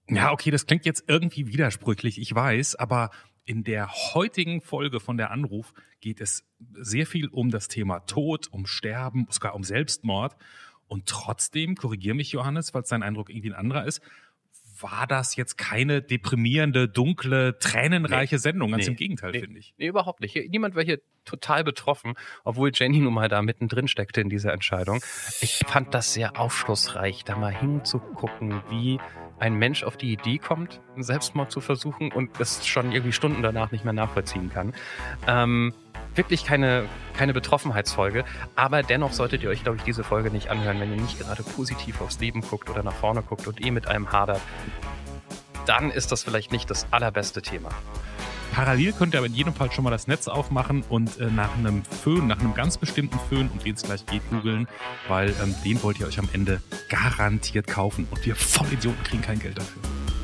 Ja, okay, das klingt jetzt irgendwie widersprüchlich, ich weiß, aber in der heutigen Folge von der Anruf geht es sehr viel um das Thema Tod, um Sterben, sogar um Selbstmord. Und trotzdem, korrigier mich Johannes, falls dein Eindruck irgendwie ein anderer ist, war das jetzt keine deprimierende, dunkle, tränenreiche Sendung. Ganz im Gegenteil, finde ich. Nee, überhaupt nicht. Niemand war hier total betroffen, obwohl Jenny nun mal da mittendrin steckte in dieser Entscheidung. Ich fand das sehr aufschlussreich, da mal hinzugucken, wie ein Mensch auf die Idee kommt, einen Selbstmord zu versuchen und das schon irgendwie Stunden danach nicht mehr nachvollziehen kann. Wirklich keine Betroffenheitsfolge, aber dennoch solltet ihr euch, glaube ich, diese Folge nicht anhören, wenn ihr nicht gerade positiv aufs Leben guckt oder nach vorne guckt und mit einem hadert. Dann ist das vielleicht nicht das allerbeste Thema. Parallel könnt ihr aber in jedem Fall schon mal das Netz aufmachen und nach einem Föhn, nach einem ganz bestimmten Föhn, um den es gleich geht, googeln, weil den wollt ihr euch am Ende garantiert kaufen und wir Vollidioten kriegen kein Geld dafür.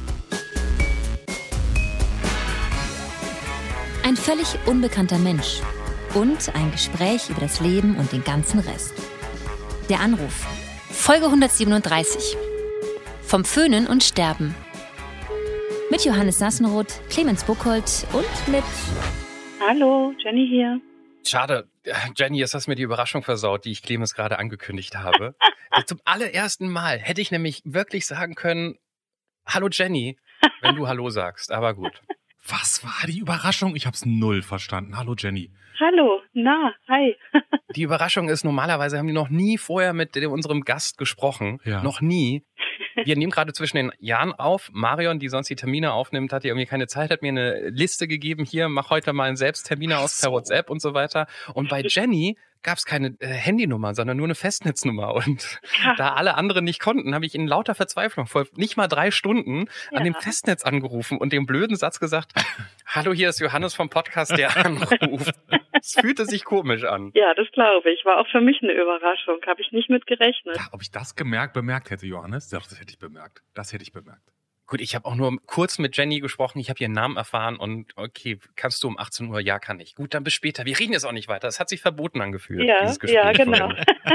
Ein völlig unbekannter Mensch und ein Gespräch über das Leben und den ganzen Rest. Der Anruf. Folge 137. Vom Föhnen und Sterben. Mit Johannes Sassenroth, Clemens Buchholz und mit... Hallo, Jenny hier. Schade, Jenny, jetzt hast du mir die Überraschung versaut, die ich Clemens gerade angekündigt habe. Zum allerersten Mal hätte ich nämlich wirklich sagen können, hallo Jenny, wenn du Hallo sagst, aber gut. Was war die Überraschung? Ich hab's null verstanden. Hallo Jenny. Hallo, hi. Die Überraschung ist, normalerweise haben die noch nie vorher mit unserem Gast gesprochen. Ja. Noch nie. Wir nehmen gerade zwischen den Jahren auf. Marion, die sonst die Termine aufnimmt, hatte irgendwie keine Zeit, hat mir eine Liste gegeben. Hier, mach heute mal einen Selbsttermine aus per WhatsApp und so weiter. Und bei Jenny gab es keine Handynummer, sondern nur eine Festnetznummer. Und da alle anderen nicht konnten, habe ich in lauter Verzweiflung vor nicht mal 3 Stunden an dem Festnetz angerufen und den blöden Satz gesagt, hallo, hier ist Johannes vom Podcast, der anruft. Es fühlte sich komisch an. Ja, das glaube ich. War auch für mich eine Überraschung. Habe ich nicht mit gerechnet. Ja, ob ich das bemerkt hätte, Johannes? Doch, das hätte ich bemerkt. Gut, ich habe auch nur kurz mit Jenny gesprochen, ich habe ihren Namen erfahren und okay, kannst du um 18 Uhr? Ja, kann ich. Gut, dann bis später. Wir reden jetzt auch nicht weiter. Es hat sich verboten angefühlt, dieses Gespräch. Ja, genau.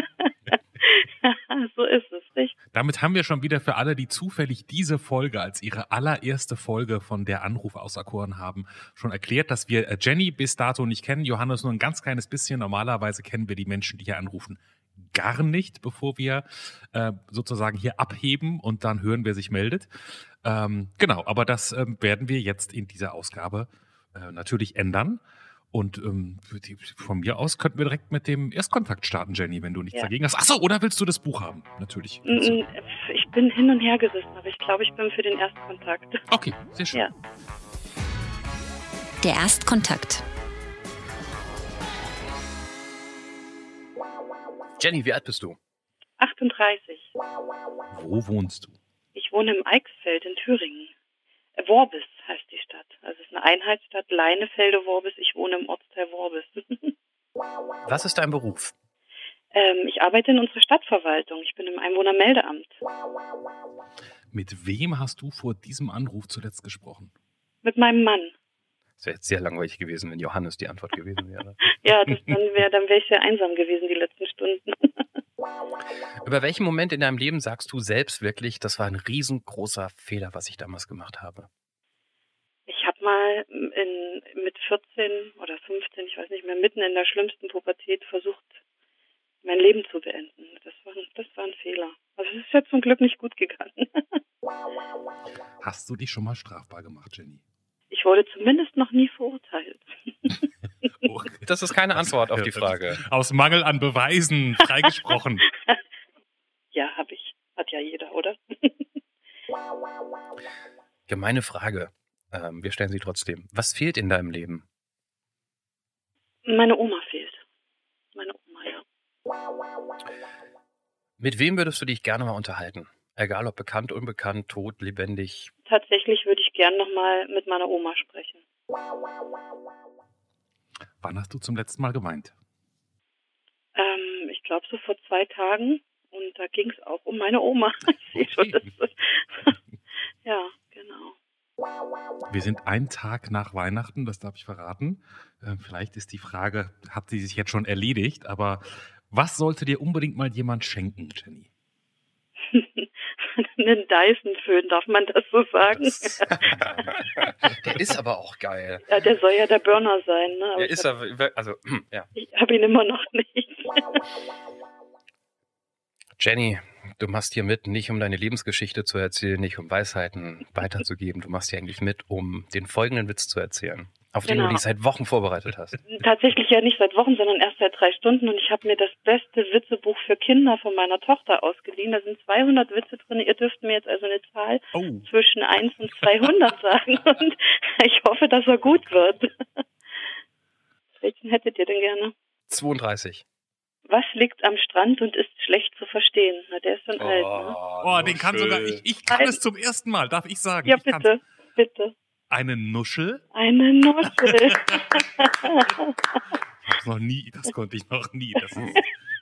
So ist es, richtig. Damit haben wir schon wieder für alle, die zufällig diese Folge als ihre allererste Folge von der Anruf auserkoren haben, schon erklärt, dass wir Jenny bis dato nicht kennen, Johannes nur ein ganz kleines bisschen. Normalerweise kennen wir die Menschen, die hier anrufen, gar nicht, bevor wir sozusagen hier abheben und dann hören, wer sich meldet. Genau, aber das werden wir jetzt in dieser Ausgabe natürlich ändern. Und von mir aus könnten wir direkt mit dem Erstkontakt starten, Jenny, wenn du nichts dagegen hast. Achso, oder willst du das Buch haben? Natürlich. Ich bin hin und her gerissen, aber ich glaube, ich bin für den Erstkontakt. Okay, sehr schön. Ja. Der Erstkontakt. Jenny, wie alt bist du? 38. Wo wohnst du? Ich wohne im Eichsfeld in Thüringen. Worbis heißt die Stadt. Also es ist eine Einheitsstadt, Leinefelde-Worbis. Ich wohne im Ortsteil Worbis. Was ist dein Beruf? Ich arbeite in unserer Stadtverwaltung. Ich bin im Einwohnermeldeamt. Mit wem hast du vor diesem Anruf zuletzt gesprochen? Mit meinem Mann. Es wäre jetzt sehr langweilig gewesen, wenn Johannes die Antwort gewesen wäre. Ja, dann wäre ich sehr einsam gewesen die letzten Stunden. Über welchen Moment in deinem Leben sagst du selbst wirklich, das war ein riesengroßer Fehler, was ich damals gemacht habe? Ich habe mal mit 14 oder 15, ich weiß nicht mehr, mitten in der schlimmsten Pubertät versucht, mein Leben zu beenden. Das war ein Fehler. Also es ist jetzt zum Glück nicht gut gegangen. Hast du dich schon mal strafbar gemacht, Jenny? Ich wurde zumindest noch nie verurteilt. Das ist keine Antwort auf die Frage. Aus Mangel an Beweisen freigesprochen. Ja, habe ich. Hat ja jeder, oder? Gemeine Frage. Wir stellen sie trotzdem. Was fehlt in deinem Leben? Meine Oma fehlt. Meine Oma, ja. Mit wem würdest du dich gerne mal unterhalten? Egal ob bekannt, unbekannt, tot, lebendig. Tatsächlich würde ich gern nochmal mit meiner Oma sprechen. Wann hast du zum letzten Mal geweint? Ich glaube so vor 2 Tagen. Und da ging es auch um meine Oma. Ja, genau. Wir sind einen Tag nach Weihnachten, das darf ich verraten. Vielleicht ist die Frage, hat sie sich jetzt schon erledigt, aber was sollte dir unbedingt mal jemand schenken, Jenny? einen Dyson-Föhn, darf man das so sagen? Der ist aber auch geil. Ja, der soll ja der Burner sein, ne? Der ist aber, also, ja. Ich habe ihn immer noch nicht. Jenny, du machst hier mit, nicht um deine Lebensgeschichte zu erzählen, nicht um Weisheiten weiterzugeben. Du machst hier eigentlich mit, um den folgenden Witz zu erzählen, auf den du dich seit Wochen vorbereitet hast. Tatsächlich ja nicht seit Wochen, sondern erst seit 3 Stunden. Und ich habe mir das beste Witzebuch für Kinder von meiner Tochter ausgeliehen. Da sind 200 Witze drin. Ihr dürft mir jetzt also eine Zahl zwischen 1 und 200 sagen. Und ich hoffe, dass er gut wird. Welchen hättet ihr denn gerne? 32. Was liegt am Strand und ist schlecht zu verstehen? Na, der ist schon alt, ne? Oh, den kann sogar ich kann es zum ersten Mal, darf ich sagen. Ja, bitte, bitte. Eine Nuschel? Eine Nuschel. Das konnte ich noch nie. Das ist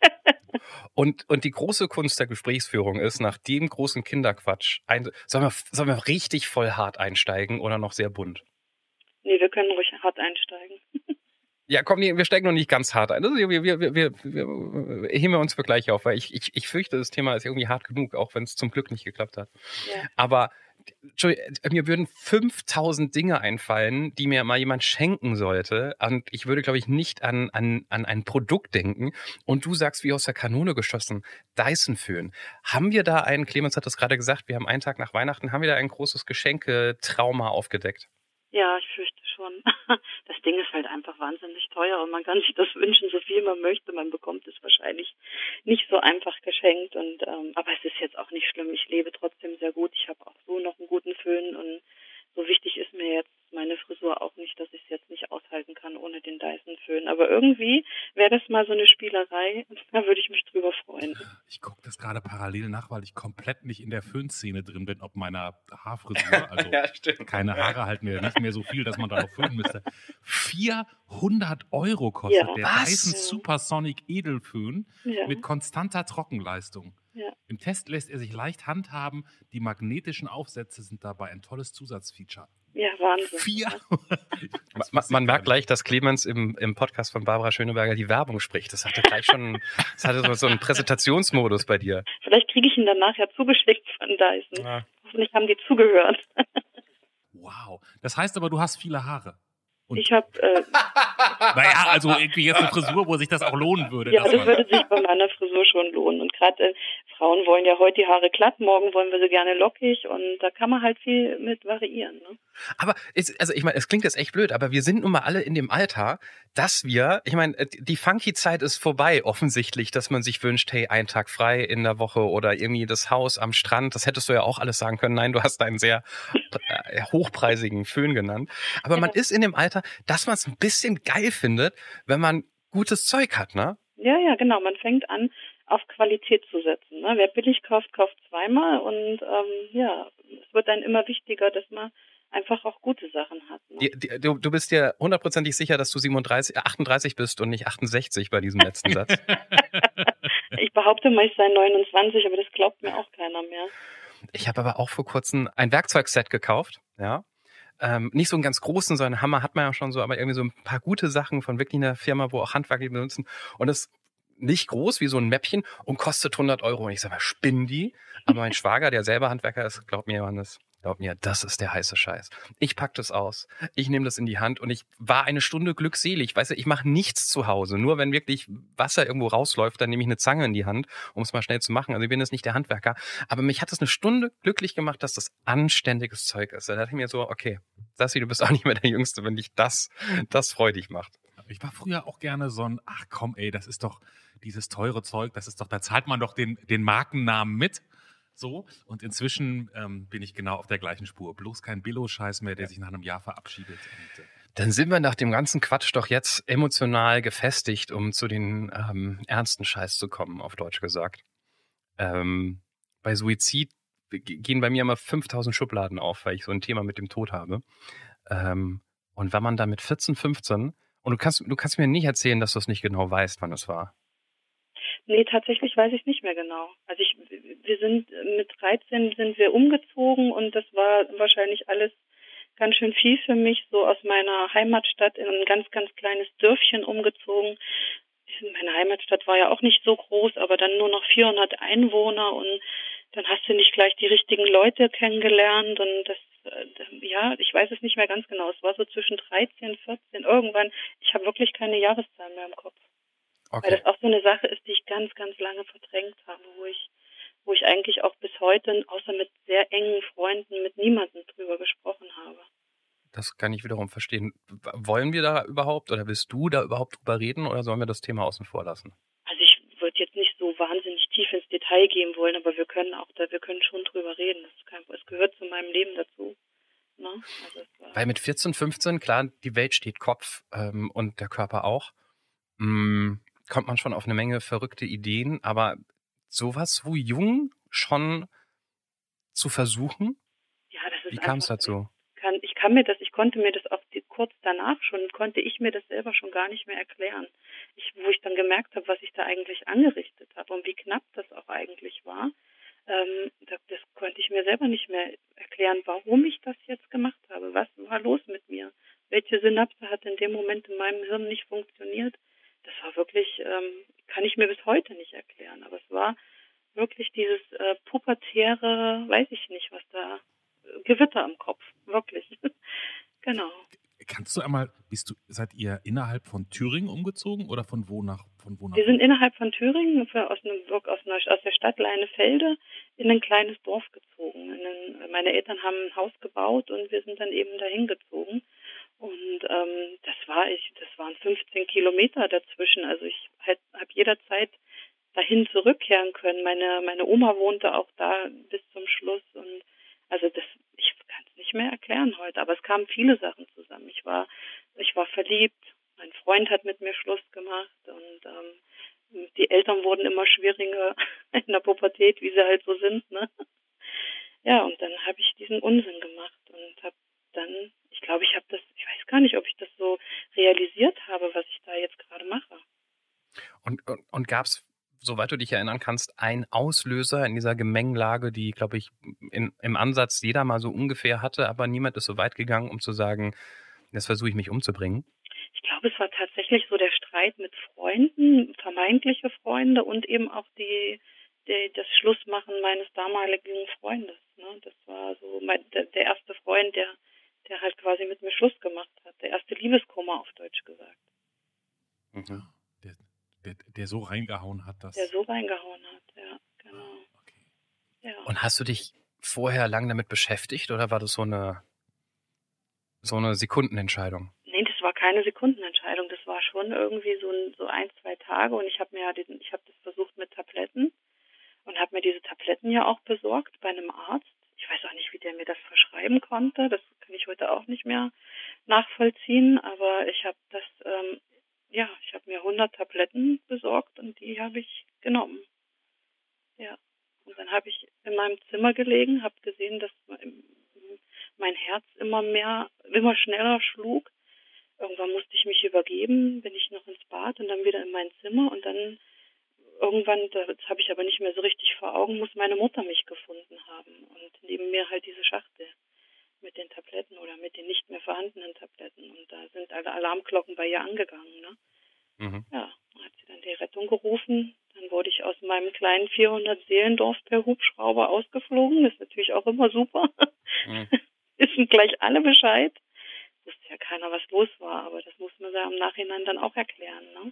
und die große Kunst der Gesprächsführung ist, nach dem großen Kinderquatsch, sollen wir richtig voll hart einsteigen oder noch sehr bunt? Nee, wir können ruhig hart einsteigen. Ja, komm, wir steigen noch nicht ganz hart ein. Also wir heben wir uns für gleich auf, weil ich fürchte, das Thema ist irgendwie hart genug, auch wenn es zum Glück nicht geklappt hat. Ja. Aber mir würden 5000 Dinge einfallen, die mir mal jemand schenken sollte. Und ich würde, glaube ich, nicht an ein Produkt denken. Und du sagst, wie aus der Kanone geschossen, Dyson-Föhn. Haben wir da Clemens hat das gerade gesagt, wir haben einen Tag nach Weihnachten, haben wir da ein großes Geschenke-Trauma aufgedeckt? Ja, ich fürchte schon. Das Ding ist halt einfach wahnsinnig teuer und man kann sich das wünschen, so viel man möchte. Man bekommt es wahrscheinlich nicht so einfach geschenkt. Und aber es ist jetzt auch nicht schlimm. Ich lebe trotzdem sehr gut. Ich habe auch so noch einen guten Föhn und so wichtig ist mir jetzt meine Frisur auch nicht, dass ich es jetzt nicht aushalten kann ohne den Dyson-Föhn. Aber irgendwie wäre das mal so eine Spielerei, da würde ich mich drüber freuen. Ich gucke das gerade parallel nach, weil ich komplett nicht in der Föhnszene drin bin, ob meiner Haarfrisur. Also ja, keine Haare halten mir nicht mehr so viel, dass man da noch föhnen müsste. 400 € kostet der Dyson Supersonic Edelföhn mit konstanter Trockenleistung. Ja. Im Test lässt er sich leicht handhaben. Die magnetischen Aufsätze sind dabei ein tolles Zusatzfeature. Ja, Wahnsinn. Man merkt gleich, dass Clemens im Podcast von Barbara Schöneberger die Werbung spricht. Das hatte gleich schon, so einen Präsentationsmodus bei dir. Vielleicht kriege ich ihn dann nachher zugeschickt von Dyson. Ja. Hoffentlich haben die zugehört. Wow. Das heißt aber, du hast viele Haare. Und ich habe... naja, also irgendwie jetzt eine Frisur, wo sich das auch lohnen würde. Ja, das würde sich bei meiner Frisur schon lohnen. Und gerade Frauen wollen ja heute die Haare glatt, morgen wollen wir sie gerne lockig und da kann man halt viel mit variieren. Ne? Aber, ich meine, es klingt jetzt echt blöd, aber wir sind nun mal alle in dem Alter, dass ich meine, die Funky-Zeit ist vorbei, offensichtlich, dass man sich wünscht, hey, einen Tag frei in der Woche oder irgendwie das Haus am Strand, das hättest du ja auch alles sagen können. Nein, du hast einen sehr hochpreisigen Föhn genannt. Aber man ist in dem Alter, dass man es ein bisschen geil findet, wenn man gutes Zeug hat, ne? Ja, genau. Man fängt an, auf Qualität zu setzen. Ne? Wer billig kauft, kauft zweimal und es wird dann immer wichtiger, dass man einfach auch gute Sachen hat. Ne? Du bist dir hundertprozentig sicher, dass du 38 bist und nicht 68 bei diesem letzten Satz? Ich behaupte mal, ich sei 29, aber das glaubt mir auch keiner mehr. Ich habe aber auch vor kurzem ein Werkzeugset gekauft, ja. Nicht so einen ganz großen, so einen Hammer hat man ja schon so, aber irgendwie so ein paar gute Sachen von wirklich einer Firma, wo auch Handwerker benutzen. Und das ist nicht groß wie so ein Mäppchen und kostet 100 €. Und ich sag mal, spinnen die? Aber mein Schwager, der selber Handwerker ist, glaubt mir, das ist der heiße Scheiß. Ich pack das aus, ich nehme das in die Hand und ich war eine Stunde glückselig. Weißt du, ich mache nichts zu Hause. Nur wenn wirklich Wasser irgendwo rausläuft, dann nehme ich eine Zange in die Hand, um es mal schnell zu machen. Also ich bin jetzt nicht der Handwerker. Aber mich hat das eine Stunde glücklich gemacht, dass das anständiges Zeug ist. Da dachte ich mir so, okay, Sassi, du bist auch nicht mehr der Jüngste, wenn dich das freudig macht. Ich war früher auch gerne so ein, ach komm ey, das ist doch dieses teure Zeug, da zahlt man doch den Markennamen mit. So, und inzwischen bin ich genau auf der gleichen Spur. Bloß kein Billo-Scheiß mehr, der sich nach einem Jahr verabschiedet. Und, dann sind wir nach dem ganzen Quatsch doch jetzt emotional gefestigt, um zu den ernsten Scheiß zu kommen, auf Deutsch gesagt. Bei Suizid gehen bei mir immer 5000 Schubladen auf, weil ich so ein Thema mit dem Tod habe. Und wenn man da mit 14, 15, und du kannst mir nicht erzählen, dass du es nicht genau weißt, wann es war. Nee, tatsächlich weiß ich nicht mehr genau. Also wir sind mit 13 sind wir umgezogen und das war wahrscheinlich alles ganz schön viel für mich, so aus meiner Heimatstadt in ein ganz, ganz kleines Dörfchen umgezogen. Meine Heimatstadt war ja auch nicht so groß, aber dann nur noch 400 Einwohner und dann hast du nicht gleich die richtigen Leute kennengelernt und ja, ich weiß es nicht mehr ganz genau. Es war so zwischen 13, 14, irgendwann. Ich habe wirklich keine Jahreszahl mehr im Kopf. Weil Okay. das auch so eine Sache ist, die ich ganz, ganz lange verdrängt habe, wo ich eigentlich auch bis heute, außer mit sehr engen Freunden, mit niemandem drüber gesprochen habe. Das kann ich wiederum verstehen. Wollen wir da überhaupt oder willst du da überhaupt drüber reden oder sollen wir das Thema außen vor lassen? Also ich würde jetzt nicht so wahnsinnig tief ins Detail gehen wollen, aber wir können schon drüber reden. Es gehört zu meinem Leben dazu. Ne? Also Weil mit 14, 15, klar, die Welt steht Kopf und der Körper auch, kommt man schon auf eine Menge verrückte Ideen, aber sowas so jung schon zu versuchen, ja, das ist wie kam es einfach. dazu? Ich konnte mir das auch kurz danach konnte ich mir das selber schon gar nicht mehr erklären. Wo ich dann gemerkt habe, was ich da eigentlich angerichtet habe und wie knapp das auch eigentlich war, das konnte ich mir selber nicht mehr erklären, warum ich das jetzt gemacht habe. Was war los mit mir? Welche Synapse hat in dem Moment in meinem Hirn nicht funktioniert? Das war wirklich, kann ich mir bis heute nicht erklären. Aber es war wirklich dieses pubertäre, weiß ich nicht, was da, Gewitter im Kopf, wirklich. Genau. Kannst du einmal, seid ihr innerhalb von Thüringen umgezogen oder von wo nach Wir sind innerhalb von Thüringen aus der Stadt Leinefelde in ein kleines Dorf gezogen. Meine Eltern haben ein Haus gebaut und wir sind dann eben dahin gezogen. Und das waren 15 Kilometer dazwischen. Also ich habe jederzeit dahin zurückkehren können. Meine Oma wohnte auch da bis zum Schluss und also ich kann es nicht mehr erklären heute, aber es kamen viele Sachen zusammen. Ich war verliebt, mein Freund hat mit mir Schluss gemacht und die Eltern wurden immer schwieriger in der Pubertät, wie sie halt so sind, ne? Ja, und dann habe ich diesen Unsinn gemacht und habe dann, ich glaube, ich weiß gar nicht, ob ich das so realisiert habe, was ich da jetzt gerade mache. Und gab es, soweit du dich erinnern kannst, einen Auslöser in dieser Gemengelage, die, glaube ich, im Ansatz jeder mal so ungefähr hatte, aber niemand ist so weit gegangen, um zu sagen, jetzt versuche ich mich umzubringen? Ich glaube, es war tatsächlich so der Streit mit Freunden, vermeintliche Freunde und eben auch das Schlussmachen meines damaligen Freundes. Ne? Das war so der erste Freund, der halt quasi mit mir Schluss gemacht hat. Der erste Liebeskummer auf Deutsch gesagt. Mhm. Der so reingehauen hat, Der so reingehauen hat, ja, genau. Okay. Ja. Und hast du dich vorher lang damit beschäftigt oder war das so eine Sekundenentscheidung? Nee, das war keine Sekundenentscheidung. Das war schon irgendwie so 1, 2 Tage und ich habe das versucht mit Tabletten und habe mir diese Tabletten ja auch besorgt bei einem Arzt. Ich weiß auch nicht, wie der mir das verschreiben konnte. Das kann ich heute auch nicht mehr nachvollziehen, aber ich habe ich habe mir 100 Tabletten besorgt und die habe ich genommen. Ja. Und dann habe ich in meinem Zimmer gelegen, habe gesehen, dass mein Herz immer schneller schlug. Irgendwann musste ich mich übergeben, bin ich noch ins Bad und dann wieder in mein Zimmer und dann irgendwann, das habe ich aber nicht mehr so richtig vor Augen, muss meine Mutter mich gefunden haben und neben mir halt diese Schachtel mit den Tabletten oder mit den nicht mehr vorhandenen Tabletten und da sind alle Alarmglocken bei ihr angegangen, ne? Mhm. Ja, hat sie dann die Rettung gerufen. Dann wurde ich aus meinem kleinen 400-Seelendorf per Hubschrauber ausgeflogen. Das ist natürlich auch immer super. Mhm. Wissen gleich alle Bescheid. Wusste ja keiner, was los war, aber das muss man ja im Nachhinein dann auch erklären, ne?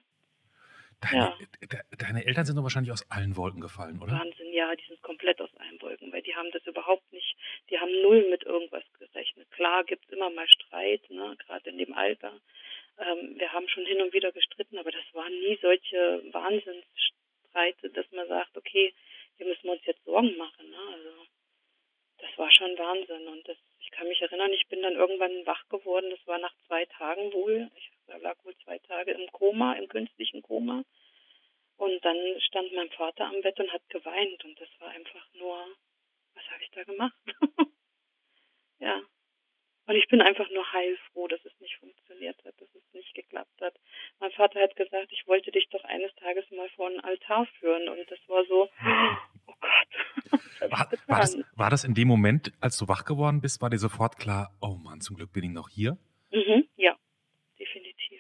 Deine Eltern sind doch wahrscheinlich aus allen Wolken gefallen, oder? Wahnsinn, ja, die sind komplett aus allen Wolken, weil die haben das überhaupt nicht, die haben null mit irgendwas gerechnet. Klar gibt's immer mal Streit, ne, gerade in dem Alter. Wir haben schon hin und wieder gestritten, aber das waren nie solche Wahnsinnsstreite, dass man sagt, okay, hier müssen wir uns jetzt Sorgen machen, ne? Also das war schon Wahnsinn und ich kann mich erinnern, ich bin dann irgendwann wach geworden, das war nach 2 Tagen wohl. Ich lag wohl 2 Tage im Koma, im künstlichen Koma. Und dann stand mein Vater am Bett und hat geweint und das war einfach nur, was habe ich da gemacht? Ja. Und ich bin einfach nur heilfroh, dass es nicht funktioniert hat, dass es nicht geklappt hat. Mein Vater hat gesagt, ich wollte dich doch eines Tages mal vor einen Altar führen und das war so, oh Gott. War das in dem Moment, als du wach geworden bist, war dir sofort klar, oh Mann, zum Glück bin ich noch hier? Ja, definitiv.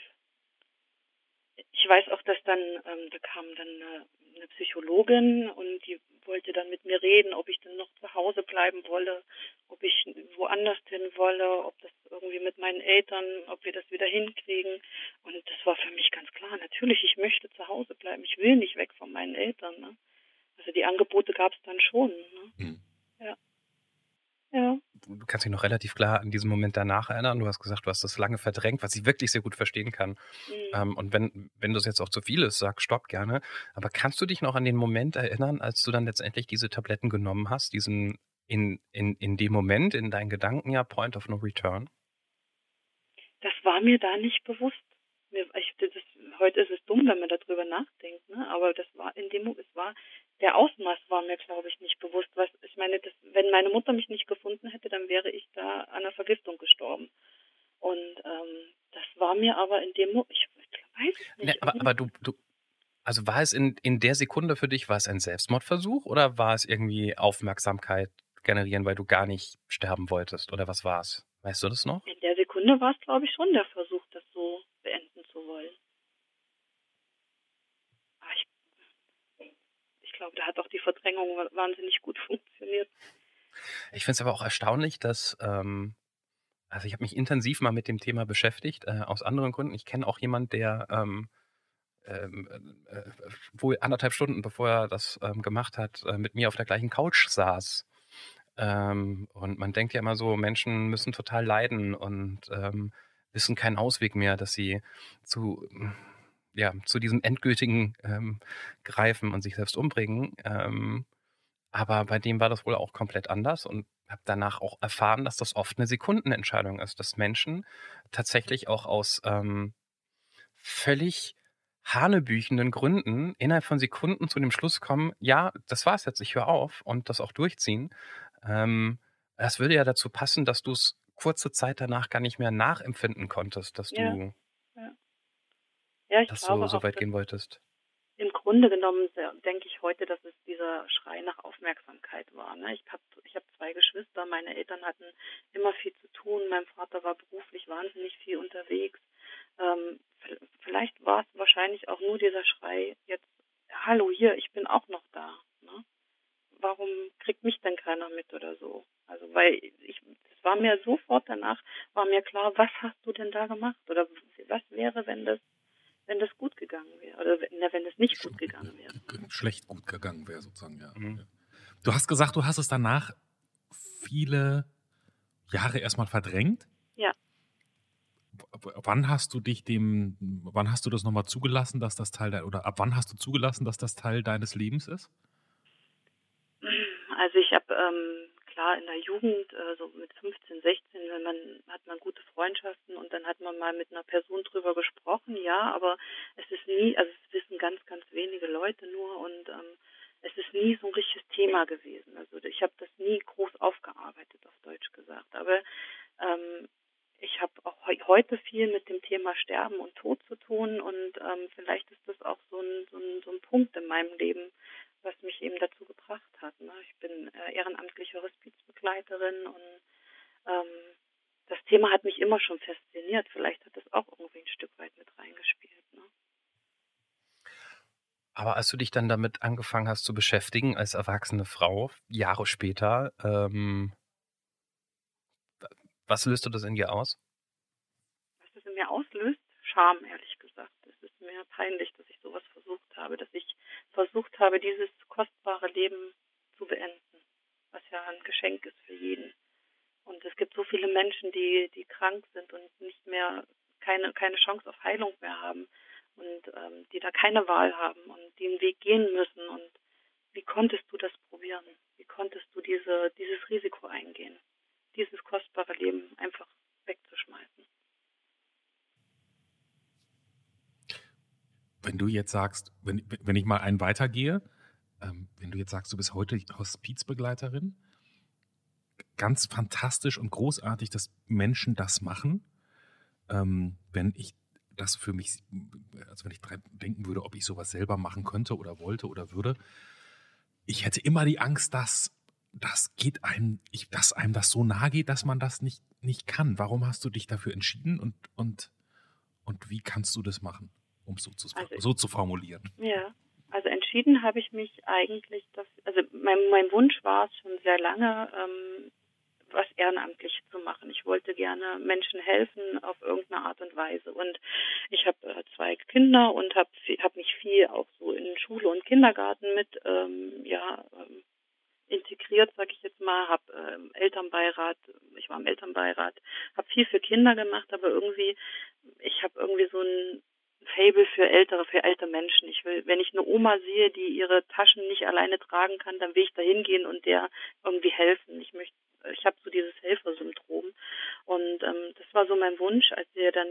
Ich weiß auch, dass da kam dann eine Psychologin und die wollte dann mit mir reden, ob ich denn noch zu Hause bleiben wolle, ob ich woanders hin wolle, ob das irgendwie mit meinen Eltern, ob wir das wieder hinkriegen. Und das war für mich ganz klar. Natürlich, ich möchte zu Hause bleiben. Ich will nicht weg von meinen Eltern. Ne? Also die Angebote gab es dann schon. Ne? Mhm. Ja. Ja. Du kannst dich noch relativ klar an diesen Moment danach erinnern. Du hast gesagt, du hast das lange verdrängt, was ich wirklich sehr gut verstehen kann. Und wenn das jetzt auch zu viel ist, sag stopp gerne. Aber kannst du dich noch an den Moment erinnern, als du dann letztendlich diese Tabletten genommen hast, diesen in dem Moment, in deinen Gedanken ja Point of No Return? Das war mir da nicht bewusst. Heute ist es dumm, wenn man darüber nachdenkt, ne? Aber das war der Ausmaß war mir, glaube ich, nicht bewusst. Ich meine, wenn meine Mutter mich nicht gefunden hätte, dann wäre ich da an einer Vergiftung gestorben. Und das war mir aber in dem Moment, ich weiß es nicht. Ne, aber du, also war es in der Sekunde für dich, war es ein Selbstmordversuch oder war es irgendwie Aufmerksamkeit generieren, weil du gar nicht sterben wolltest? Oder was war es? Weißt du das noch? In der Sekunde war es, glaube ich, schon der Versuch, das so beenden zu wollen. Aber ich glaube, da hat auch die Verdrängung wahnsinnig gut funktioniert. Ich finde es aber auch erstaunlich, dass, also ich habe mich intensiv mal mit dem Thema beschäftigt, aus anderen Gründen. Ich kenne auch jemanden, der wohl 1,5 Stunden, bevor er das gemacht hat, mit mir auf der gleichen Couch saß. Und man denkt ja immer so, Menschen müssen total leiden und wissen keinen Ausweg mehr, dass sie zu diesem endgültigen greifen und sich selbst umbringen. Aber bei dem war das wohl auch komplett anders und habe danach auch erfahren, dass das oft eine Sekundenentscheidung ist, dass Menschen tatsächlich auch aus völlig hanebüchenden Gründen innerhalb von Sekunden zu dem Schluss kommen, ja, das war's jetzt, ich höre auf und das auch durchziehen. Das würde ja dazu passen, dass du es kurze Zeit danach gar nicht mehr nachempfinden konntest, dass du ich dass glaube du so auch, weit gehen wolltest. im Grunde genommen denke ich heute, dass es dieser Schrei nach Aufmerksamkeit war. Ne? Ich hab 2 Geschwister, meine Eltern hatten immer viel zu tun, mein Vater war beruflich wahnsinnig viel unterwegs. Vielleicht war es wahrscheinlich auch nur dieser Schrei jetzt, hallo hier, ich bin auch noch da. Ne? Warum kriegt mich denn keiner mit oder so? Also es war mir sofort danach, war mir klar, was hast du denn da gemacht? Oder was wäre, wenn das gut gegangen wäre? Oder wenn es nicht gut gegangen wäre? Schlecht gut gegangen wäre sozusagen, ja. Mhm. Du hast gesagt, du hast es danach viele Jahre erstmal verdrängt. Ja. Wann hast du das nochmal zugelassen, dass das ab wann hast du zugelassen, dass das Teil deines Lebens ist? Also ich habe, klar, in der Jugend, so mit 15, 16, hat man gute Freundschaften und dann hat man mal mit einer Person drüber gesprochen, ja, aber es wissen ganz, ganz wenige Leute nur und es ist nie so ein richtiges Thema gewesen. Also ich habe das nie groß aufgearbeitet, auf Deutsch gesagt. Aber ich habe auch heute viel mit dem Thema Sterben und Tod zu tun und vielleicht ist das auch so ein Punkt in meinem Leben, was mich eben dazu gebracht hat. Ne? Ich bin ehrenamtliche Hospizbegleiterin und das Thema hat mich immer schon fasziniert. Vielleicht hat das auch irgendwie ein Stück weit mit reingespielt. Ne? Aber als du dich dann damit angefangen hast zu beschäftigen als erwachsene Frau, Jahre später, was löste das in dir aus? Was das in mir auslöst? Scham, ehrlich gesagt. Es ist mir peinlich, dass ich sowas versucht habe, dass ich versucht habe, dieses kostbare Leben zu beenden, was ja ein Geschenk ist für jeden. Und es gibt so viele Menschen, die krank sind und nicht mehr keine Chance auf Heilung mehr haben und die da keine Wahl haben und die einen Weg gehen müssen. Und wie konntest du das probieren? Wie konntest du dieses Risiko eingehen, dieses kostbare Leben einfach wegzuschmeißen? Wenn du jetzt sagst, wenn ich mal einen weitergehe, wenn du jetzt sagst, du bist heute Hospizbegleiterin, ganz fantastisch und großartig, dass Menschen das machen. Wenn ich das für mich, also wenn ich dran denken würde, ob ich sowas selber machen könnte oder wollte oder würde, ich hätte immer die Angst, dass einem das so nahe geht, dass man das nicht kann. Warum hast du dich dafür entschieden und wie kannst du das machen, um es so zu formulieren? Ja, Also entschieden habe ich mich eigentlich, also mein Wunsch war es schon sehr lange, was ehrenamtlich zu machen. Ich wollte gerne Menschen helfen auf irgendeine Art und Weise. Und ich habe 2 Kinder und hab mich viel auch so in Schule und Kindergarten mit integriert, sage ich jetzt mal, habe Elternbeirat, ich war im Elternbeirat, habe viel für Kinder gemacht, aber ich habe irgendwie so ein Faible für alte Menschen. Wenn ich eine Oma sehe, die ihre Taschen nicht alleine tragen kann, dann will ich da hingehen und der irgendwie helfen. Ich habe so dieses Helfersyndrom und das war so mein Wunsch, als wir dann,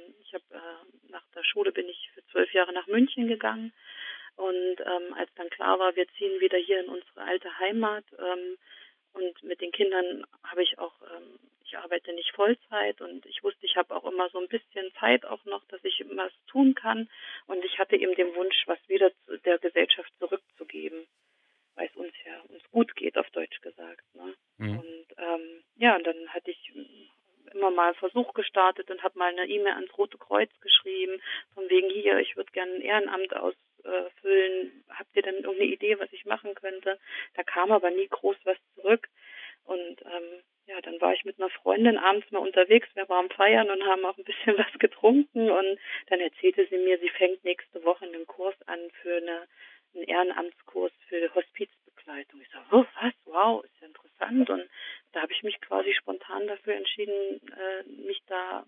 nach der Schule bin ich für 12 Jahre nach München gegangen und als dann klar war, wir ziehen wieder hier in unsere alte Heimat und mit den Kindern habe ich auch, ich arbeite nicht Vollzeit und ich wusste, ich habe auch immer so ein bisschen Zeit auch noch, dass ich was tun kann und ich hatte eben den Wunsch, was wieder der Gesellschaft zurückzugeben, weil es uns gut geht, auf Deutsch gesagt. Ne? Mhm. Und und dann hatte ich immer mal einen Versuch gestartet und habe mal eine E-Mail ans Rote Kreuz geschrieben, von wegen hier, ich würde gerne ein Ehrenamt ausfüllen. Habt ihr denn irgendeine Idee, was ich machen könnte? Da kam aber nie groß was zurück. Und dann war ich mit einer Freundin abends mal unterwegs, wir waren feiern und haben auch ein bisschen was getrunken und dann erzählte sie mir, sie fängt nächste Woche einen Kurs an für einen Ehrenamtskurs für Hospizbegleitung. Ich sage, oh, was? Wow, ist ja interessant. Und da habe ich mich quasi spontan dafür entschieden, mich da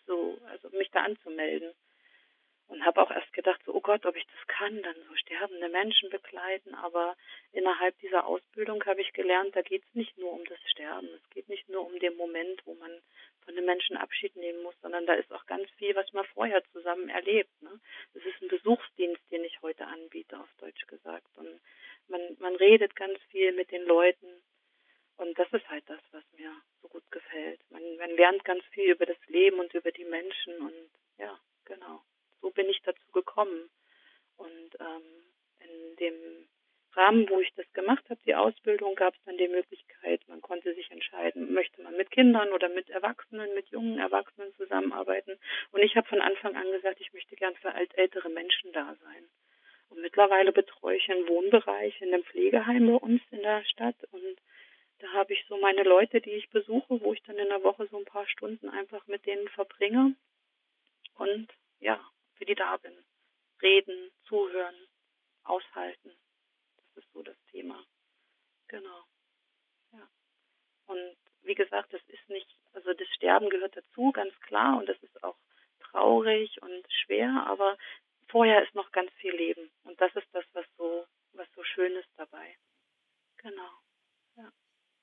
anzumelden. Und habe auch erst gedacht, so, oh Gott, ob ich das kann, dann so sterbende Menschen begleiten. Aber innerhalb dieser Ausbildung habe ich gelernt, da geht es nicht nur um das Sterben. Es geht nicht nur um den Moment, wo man von den Menschen Abschied nehmen muss, sondern da ist auch ganz viel, was man vorher zusammen erlebt. Ne? Das ist ein Besuchsdienst, den ich heute anbiete, auf Deutsch gesagt. Und man redet ganz viel mit den Leuten. Und das ist halt das, was mir so gut gefällt. Man lernt ganz viel über das Leben und über die Menschen. Und ja, genau. So bin ich dazu gekommen. Und in dem Rahmen, wo ich das gemacht habe, die Ausbildung, gab es dann die Möglichkeit, man konnte sich entscheiden, möchte man mit Kindern oder mit Erwachsenen, mit jungen Erwachsenen zusammenarbeiten. Und ich habe von Anfang an gesagt, ich möchte gern für ältere Menschen da sein. Und mittlerweile betreue ich einen Wohnbereich in einem Pflegeheim bei uns in der Stadt. Und da habe ich so meine Leute, die ich besuche, wo ich dann in der Woche so ein paar Stunden einfach mit denen verbringe und ja, für die da bin. Reden, zuhören, aushalten. Das ist so das Thema. Genau. Ja. Und wie gesagt, das ist nicht, also das Sterben gehört dazu, ganz klar, und das ist auch traurig und schwer, aber vorher ist noch ganz viel Leben. Und das ist das, was so schön ist dabei. Genau. Ja.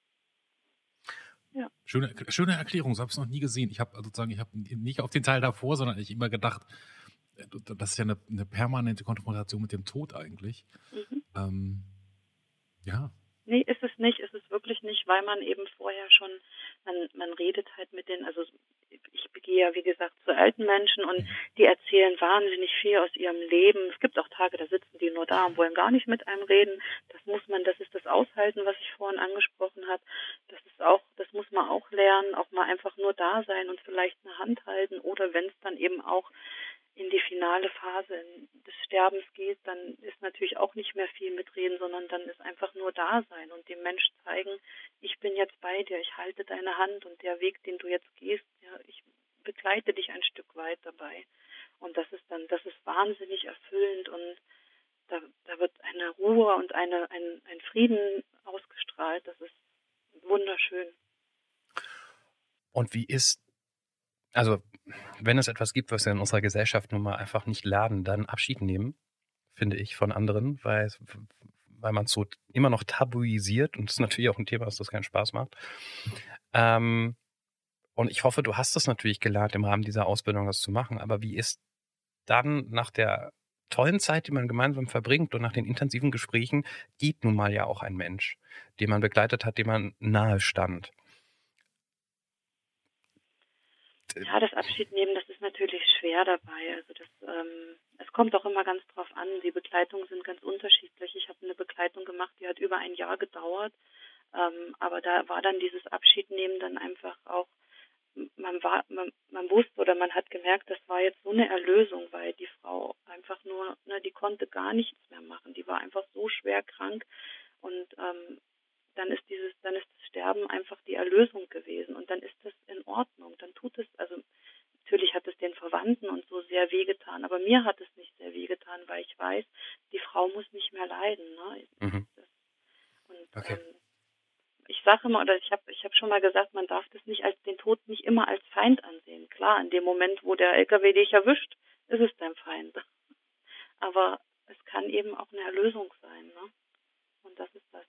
Ja. Schöne Erklärung, so habe ich es noch nie gesehen. Ich habe nicht auf den Teil davor, sondern ich immer gedacht, das ist ja eine permanente Konfrontation mit dem Tod eigentlich. Mhm. Ja. Nee, ist es nicht, ist es wirklich nicht, weil man eben vorher schon, man redet halt mit denen, also ich gehe ja wie gesagt zu alten Menschen und die erzählen wahnsinnig viel aus ihrem Leben. Es gibt auch Tage, da sitzen die nur da und wollen gar nicht mit einem reden. Das ist das Aushalten, was ich vorhin angesprochen habe. Das muss man auch lernen, auch mal einfach nur da sein und vielleicht eine Hand halten oder wenn es dann eben auch in die finale Phase des Sterbens geht, dann ist natürlich auch nicht mehr viel mitreden, sondern dann ist einfach nur da sein und dem Mensch zeigen, ich bin jetzt bei dir, ich halte deine Hand und der Weg, den du jetzt gehst, ja, ich begleite dich ein Stück weit dabei. Und das ist wahnsinnig erfüllend und da wird eine Ruhe und ein Frieden ausgestrahlt, das ist wunderschön. Und also wenn es etwas gibt, was wir in unserer Gesellschaft nun mal einfach nicht lernen, dann Abschied nehmen, finde ich, von anderen, weil man es so immer noch tabuisiert und das ist natürlich auch ein Thema, das keinen Spaß macht. Und ich hoffe, du hast es natürlich gelernt, im Rahmen dieser Ausbildung das zu machen, aber wie ist dann nach der tollen Zeit, die man gemeinsam verbringt und nach den intensiven Gesprächen, geht nun mal ja auch ein Mensch, den man begleitet hat, dem man nahe stand. Ja, das Abschiednehmen, das ist natürlich schwer dabei. Also es kommt auch immer ganz drauf an. Die Begleitungen sind ganz unterschiedlich. Ich habe eine Begleitung gemacht, die hat über ein Jahr gedauert. Aber da war dann dieses Abschiednehmen dann einfach auch, man wusste oder man hat gemerkt, das war jetzt so eine Erlösung, weil die Frau einfach nur, die konnte gar nichts mehr machen. Lösung gewesen und dann ist das in Ordnung. Dann tut es, also natürlich hat es den Verwandten und so sehr wehgetan, aber mir hat es nicht sehr wehgetan, weil ich weiß, die Frau muss nicht mehr leiden. Ne? Mhm. Und Okay. ich sage immer, oder ich hab schon mal gesagt, man darf das nicht als den Tod nicht immer als Feind ansehen. Klar, in dem Moment, wo der LKW dich erwischt, ist es dein Feind. Aber es kann eben auch eine Erlösung sein, ne? Und das ist das,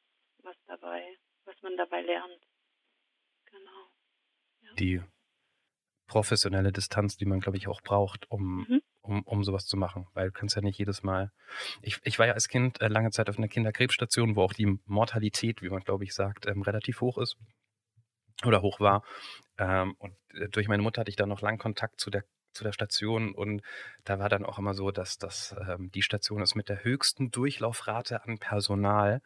was man dabei lernt. Genau. Ja. Die professionelle Distanz, die man, glaube ich, auch braucht, um sowas zu machen. Weil du kannst ja nicht jedes Mal. Ich war ja als Kind lange Zeit auf einer Kinderkrebsstation, wo auch die Mortalität, wie man, glaube ich, sagt, relativ hoch ist oder hoch war. Und durch meine Mutter hatte ich dann noch langen Kontakt zu der Station und da war dann auch immer so, dass die Station ist mit der höchsten Durchlaufrate an Personal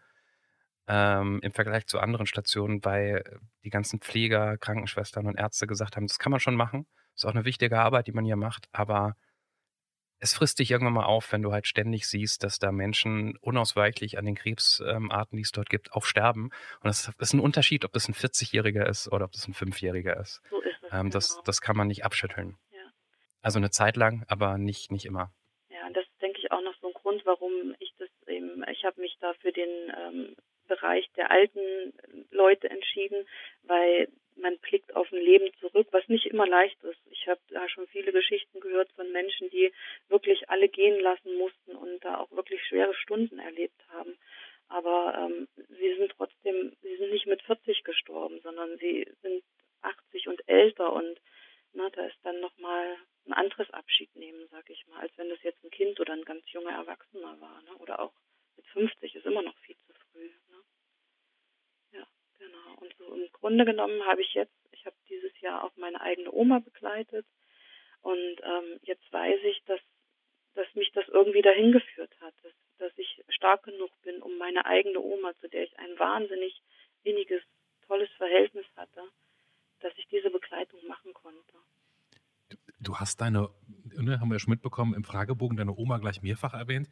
im Vergleich zu anderen Stationen, weil die ganzen Pfleger, Krankenschwestern und Ärzte gesagt haben, das kann man schon machen. Ist auch eine wichtige Arbeit, die man hier macht, aber es frisst dich irgendwann mal auf, wenn du halt ständig siehst, dass da Menschen unausweichlich an den Krebsarten, die es dort gibt, auch sterben. Und das ist ein Unterschied, ob das ein 40-Jähriger ist oder ob das ein 5-Jähriger ist. So ist es. Genau. Das kann man nicht abschütteln. Ja. Also eine Zeit lang, aber nicht immer. Ja, und das ist, denke ich, auch noch so ein Grund, warum ich habe mich da für den Bereich der alten Leute entschieden, weil man blickt auf ein Leben zurück, was nicht immer leicht ist. Ich habe da schon viele Geschichten gehört von Menschen, die wirklich alle gehen lassen mussten und da auch wirklich schwere Stunden erlebt haben. Aber sie sind nicht mit 40 gestorben, sondern sie sind 80 und älter und da ist dann nochmal ein anderes Abschied nehmen, sag ich mal, als wenn das jetzt ein Kind oder ein ganz junger Erwachsener war, ne? Oder auch mit 50 ist immer noch viel zu früh. Ne? Ja, genau. Und so im Grunde genommen habe ich dieses Jahr auch meine eigene Oma begleitet und jetzt weiß ich, dass mich das irgendwie dahin geführt hat, dass ich stark genug bin, um meine eigene Oma, zu der ich ein wahnsinnig inniges, tolles Verhältnis hatte, dass ich diese Begleitung machen konnte. Du hast haben wir ja schon mitbekommen, im Fragebogen deine Oma gleich mehrfach erwähnt.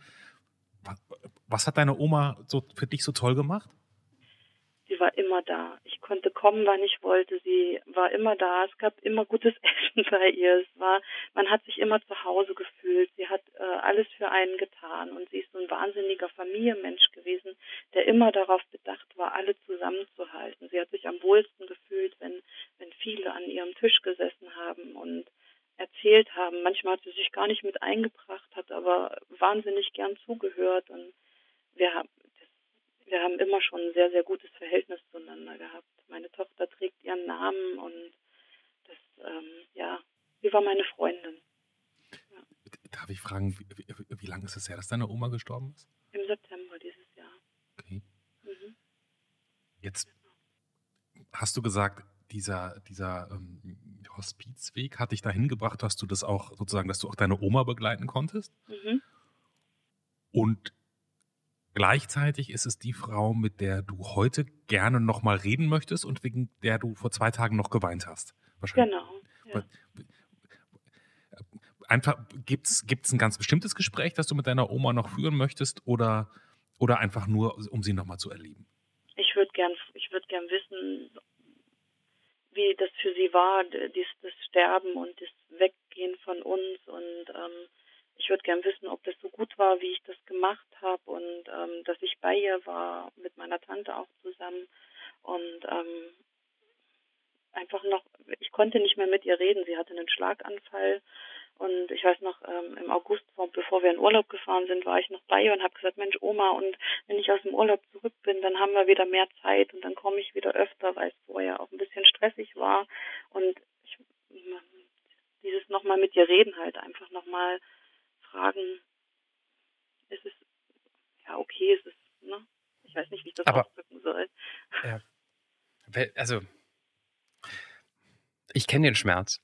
Was hat deine Oma so für dich so toll gemacht? Sie war immer da. Ich konnte kommen, wann ich wollte. Sie war immer da. Es gab immer gutes Essen bei ihr. Man hat sich immer zu Hause gefühlt. Sie hat alles für einen getan. Und sie ist so ein wahnsinniger Familienmensch gewesen, der immer darauf bedacht war, alle zusammenzuhalten. Sie hat sich am wohlsten gefühlt, wenn viele an ihrem Tisch gesessen haben und erzählt haben. Manchmal hat sie sich gar nicht mit eingebracht, hat aber wahnsinnig gern zugehört. Und wir haben immer schon ein sehr, sehr gutes Verhältnis zueinander gehabt. Meine Tochter trägt ihren Namen und sie war meine Freundin. Ja. Darf ich fragen, wie lange ist es her, dass deine Oma gestorben ist? Im September dieses Jahr. Okay. Jetzt hast du gesagt, dieser Hospizweg hat dich dahin gebracht, dass du das auch sozusagen, dass du auch deine Oma begleiten konntest. Und gleichzeitig ist es die Frau, mit der du heute gerne noch mal reden möchtest und wegen der du vor 2 Tagen noch geweint hast. Wahrscheinlich. Genau. Ja. Einfach, gibt's ein ganz bestimmtes Gespräch, das du mit deiner Oma noch führen möchtest oder einfach nur, um sie noch mal zu erleben? Ich würde gern wissen, wie das für sie war, das Sterben und das Weggehen von uns und ich würde gern wissen, ob das so gut war, wie ich das gemacht habe und dass ich bei ihr war, mit meiner Tante auch zusammen und einfach noch, ich konnte nicht mehr mit ihr reden, sie hatte einen Schlaganfall und ich weiß noch, im August, bevor wir in Urlaub gefahren sind, war ich noch bei ihr und habe gesagt, Mensch Oma, und wenn ich aus dem Urlaub zurück bin, dann haben wir wieder mehr Zeit und dann komme ich wieder öfter, weil es vorher auch ein bisschen stressig war und dieses nochmal mit ihr reden halt, einfach nochmal fragen, ist es, ja okay, ist es, ne? Ich weiß nicht, wie ich das ausdrücken soll. Ja. Also, ich kenne den Schmerz.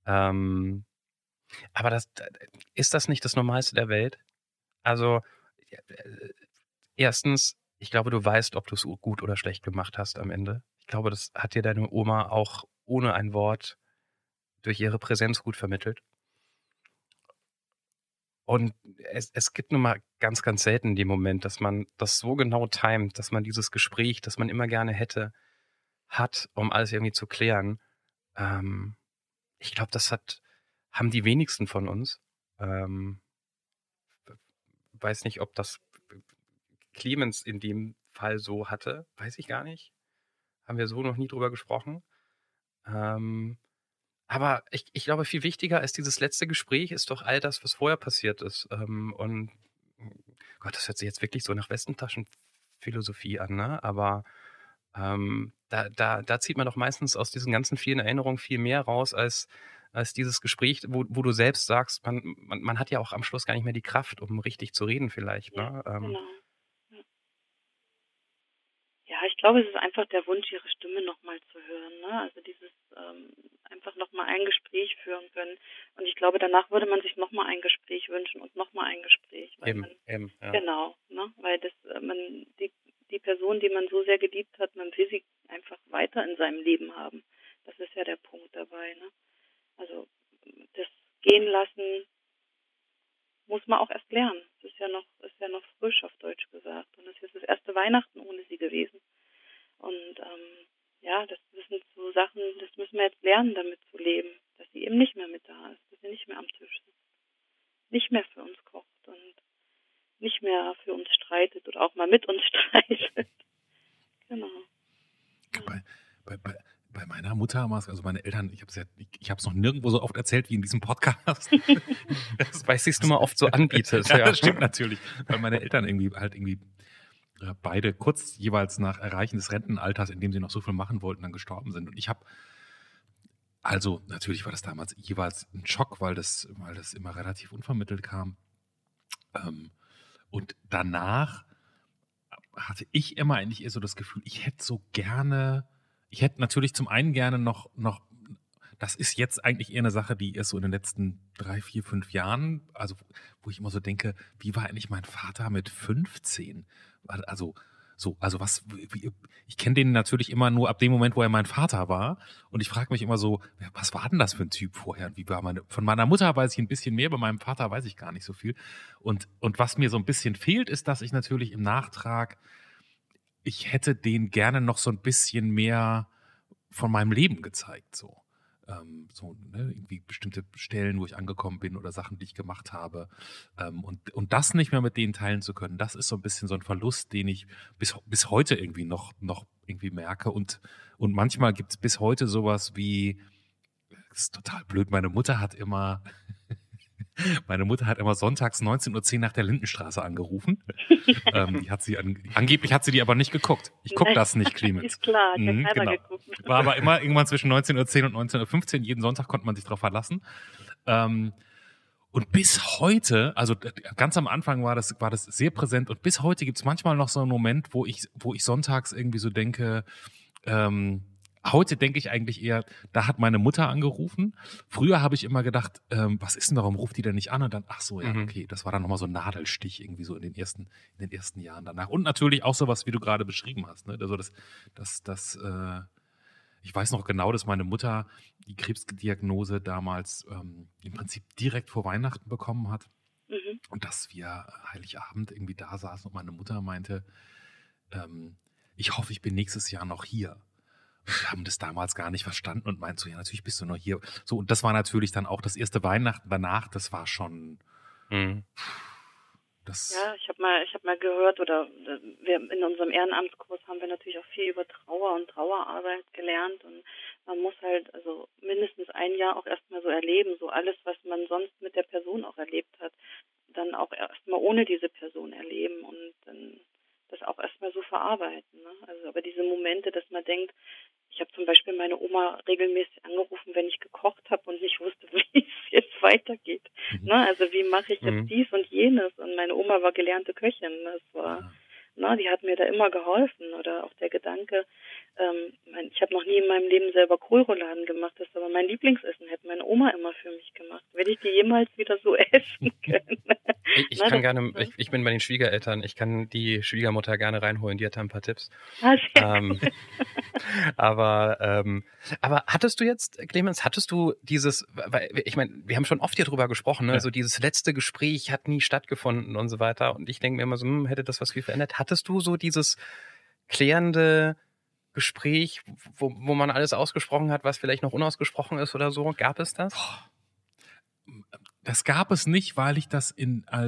Aber ist das nicht das Normalste der Welt? Also, erstens, ich glaube, du weißt, ob du es gut oder schlecht gemacht hast am Ende. Ich glaube, das hat dir deine Oma auch ohne ein Wort durch ihre Präsenz gut vermittelt. Und es gibt nun mal ganz, ganz selten den Moment, dass man das so genau timet, dass man dieses Gespräch, das man immer gerne hätte, hat, um alles irgendwie zu klären. Ich glaube, haben die wenigsten von uns. Weiß nicht, ob das Clemens in dem Fall so hatte. Weiß ich gar nicht. Haben wir so noch nie drüber gesprochen. Aber ich glaube, viel wichtiger als dieses letzte Gespräch ist doch all das, was vorher passiert ist. Und Gott, das hört sich jetzt wirklich so nach Westentaschenphilosophie an, ne? Aber da zieht man doch meistens aus diesen ganzen vielen Erinnerungen viel mehr raus als dieses Gespräch, wo du selbst sagst, man hat ja auch am Schluss gar nicht mehr die Kraft, um richtig zu reden vielleicht. Ja, Ne? genau. Ja, ich glaube, es ist einfach der Wunsch, ihre Stimme nochmal zu hören. Ne? Also dieses einfach nochmal ein Gespräch führen können. Und ich glaube, danach würde man sich nochmal ein Gespräch wünschen und nochmal ein Gespräch. Weil Eben, ja. Genau, ne? Weil die Person, die man so sehr geliebt hat, man will sie einfach weiter in seinem Leben haben. Das ist ja der Punkt dabei. Ne? Also das Gehen lassen muss man auch erst lernen. Es ist ja noch frisch, auf Deutsch gesagt. Und es ist das erste Weihnachten ohne sie gewesen. Und das sind so Sachen, das müssen wir jetzt lernen, damit zu leben. Dass sie eben nicht mehr mit da ist, dass sie nicht mehr am Tisch sitzt, nicht mehr für uns kocht und nicht mehr für uns streitet oder auch mal mit uns streitet. Genau. Bei meiner Mutter war es, also meine Eltern, ich habe es noch nirgendwo so oft erzählt wie in diesem Podcast. Weil es sich immer oft so anbietet. Ja, das stimmt natürlich. Weil meine Eltern irgendwie beide kurz jeweils nach Erreichen des Rentenalters, in dem sie noch so viel machen wollten, dann gestorben sind. Und also natürlich war das damals jeweils ein Schock, weil das immer relativ unvermittelt kam. Und danach hatte ich immer eigentlich eher so das Gefühl, ich hätte natürlich zum einen gerne noch, das ist jetzt eigentlich eher eine Sache, die erst so in den letzten 3, 4, 5 Jahren, also wo ich immer so denke, wie war eigentlich mein Vater mit 15? Ich kenne den natürlich immer nur ab dem Moment, wo er mein Vater war. Und ich frage mich immer so, was war denn das für ein Typ vorher? Und von meiner Mutter weiß ich ein bisschen mehr, bei meinem Vater weiß ich gar nicht so viel. Und was mir so ein bisschen fehlt, ist, dass ich natürlich im Nachtrag, ich hätte denen gerne noch so ein bisschen mehr von meinem Leben gezeigt, so. Irgendwie bestimmte Stellen, wo ich angekommen bin oder Sachen, die ich gemacht habe. Und das nicht mehr mit denen teilen zu können, das ist so ein bisschen so ein Verlust, den ich bis heute irgendwie noch irgendwie merke. Und manchmal gibt es bis heute sowas wie, das ist total blöd, meine Mutter hat immer sonntags 19:10 Uhr nach der Lindenstraße angerufen. Angeblich hat sie die aber nicht geguckt. Ich gucke das nicht, Clemens. Ist klar, hat ja keiner geguckt. War aber immer irgendwann zwischen 19:10 und 19:15 Uhr. Jeden Sonntag konnte man sich darauf verlassen. Und bis heute, also ganz am Anfang war das sehr präsent und bis heute gibt es manchmal noch so einen Moment, wo ich sonntags irgendwie so denke, heute denke ich eigentlich eher, da hat meine Mutter angerufen. Früher habe ich immer gedacht, was ist denn, warum ruft die denn nicht an? Und dann, ach so, ja, okay, das war dann nochmal so ein Nadelstich irgendwie so in den ersten Jahren danach. Und natürlich auch sowas, wie du gerade beschrieben hast, ne? Also ich weiß noch genau, dass meine Mutter die Krebsdiagnose damals im Prinzip direkt vor Weihnachten bekommen hat. Mhm. Und dass wir Heiligabend irgendwie da saßen und meine Mutter meinte, ich hoffe, ich bin nächstes Jahr noch hier. Wir haben das damals gar nicht verstanden und meinten so, ja, natürlich bist du noch hier. So, und das war natürlich dann auch das erste Weihnachten danach, das war schon... Ja, ich hab mal gehört, oder wir in unserem Ehrenamtskurs haben wir natürlich auch viel über Trauer und Trauerarbeit gelernt und man muss halt also mindestens ein Jahr auch erstmal so erleben, so alles, was man sonst mit der Person auch erlebt hat, dann auch erstmal ohne diese Person erleben und dann das auch erstmal so verarbeiten. Ne? Also aber diese Momente, dass man denkt, ich habe zum Beispiel meine Oma regelmäßig angerufen, wenn ich gekocht habe und nicht wusste, wie es jetzt weitergeht. Mhm. Ne? Also wie mache ich jetzt dies und jenes? Und meine Oma war gelernte Köchin. Das war, die hat mir da immer geholfen. Oder auch der Gedanke, ich habe noch nie in meinem Leben selber Kohlrouladen gemacht, das ist aber mein Lieblingsessen, hätte meine Oma immer für mich gemacht. Werde ich die jemals wieder so essen können? Ich bin bei den Schwiegereltern, ich kann die Schwiegermutter gerne reinholen, die hat da ein paar Tipps. Aber hattest du jetzt, Clemens, dieses, weil ich meine, wir haben schon oft hier drüber gesprochen, ne? Ja. So dieses letzte Gespräch hat nie stattgefunden und so weiter und ich denke mir immer so, hätte das was viel verändert? Hattest du so dieses klärende Gespräch, wo man alles ausgesprochen hat, was vielleicht noch unausgesprochen ist oder so? Gab es das? Das gab es nicht, weil ich das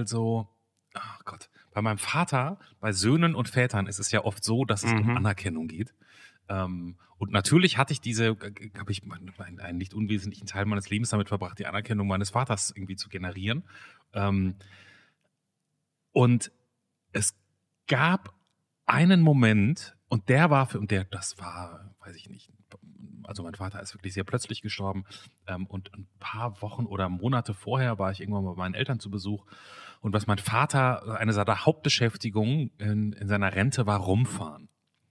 bei meinem Vater, bei Söhnen und Vätern ist es ja oft so, dass es um Anerkennung geht. Und natürlich habe ich einen nicht unwesentlichen Teil meines Lebens damit verbracht, die Anerkennung meines Vaters irgendwie zu generieren. Und es gab einen Moment, und das war, weiß ich nicht, also mein Vater ist wirklich sehr plötzlich gestorben, und ein paar Wochen oder Monate vorher war ich irgendwann mal bei meinen Eltern zu Besuch, und was mein Vater, eine seiner Hauptbeschäftigungen in seiner Rente war, rumfahren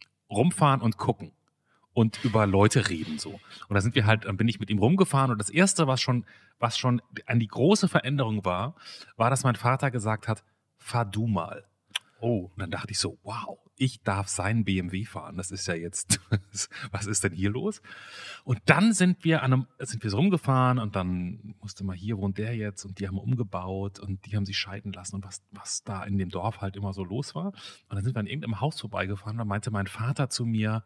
und gucken und über Leute reden so. Und dann bin ich mit ihm rumgefahren, und das erste, was schon an die große Veränderung war, dass mein Vater gesagt hat: Fahr du mal. Oh, und dann dachte ich so, wow, ich darf seinen BMW fahren. Das ist ja jetzt, was ist denn hier los? Und dann sind wir so rumgefahren, und dann musste mal, hier wohnt der jetzt, und die haben umgebaut und die haben sich scheiden lassen, und was da in dem Dorf halt immer so los war. Und dann sind wir an irgendeinem Haus vorbeigefahren, da meinte mein Vater zu mir: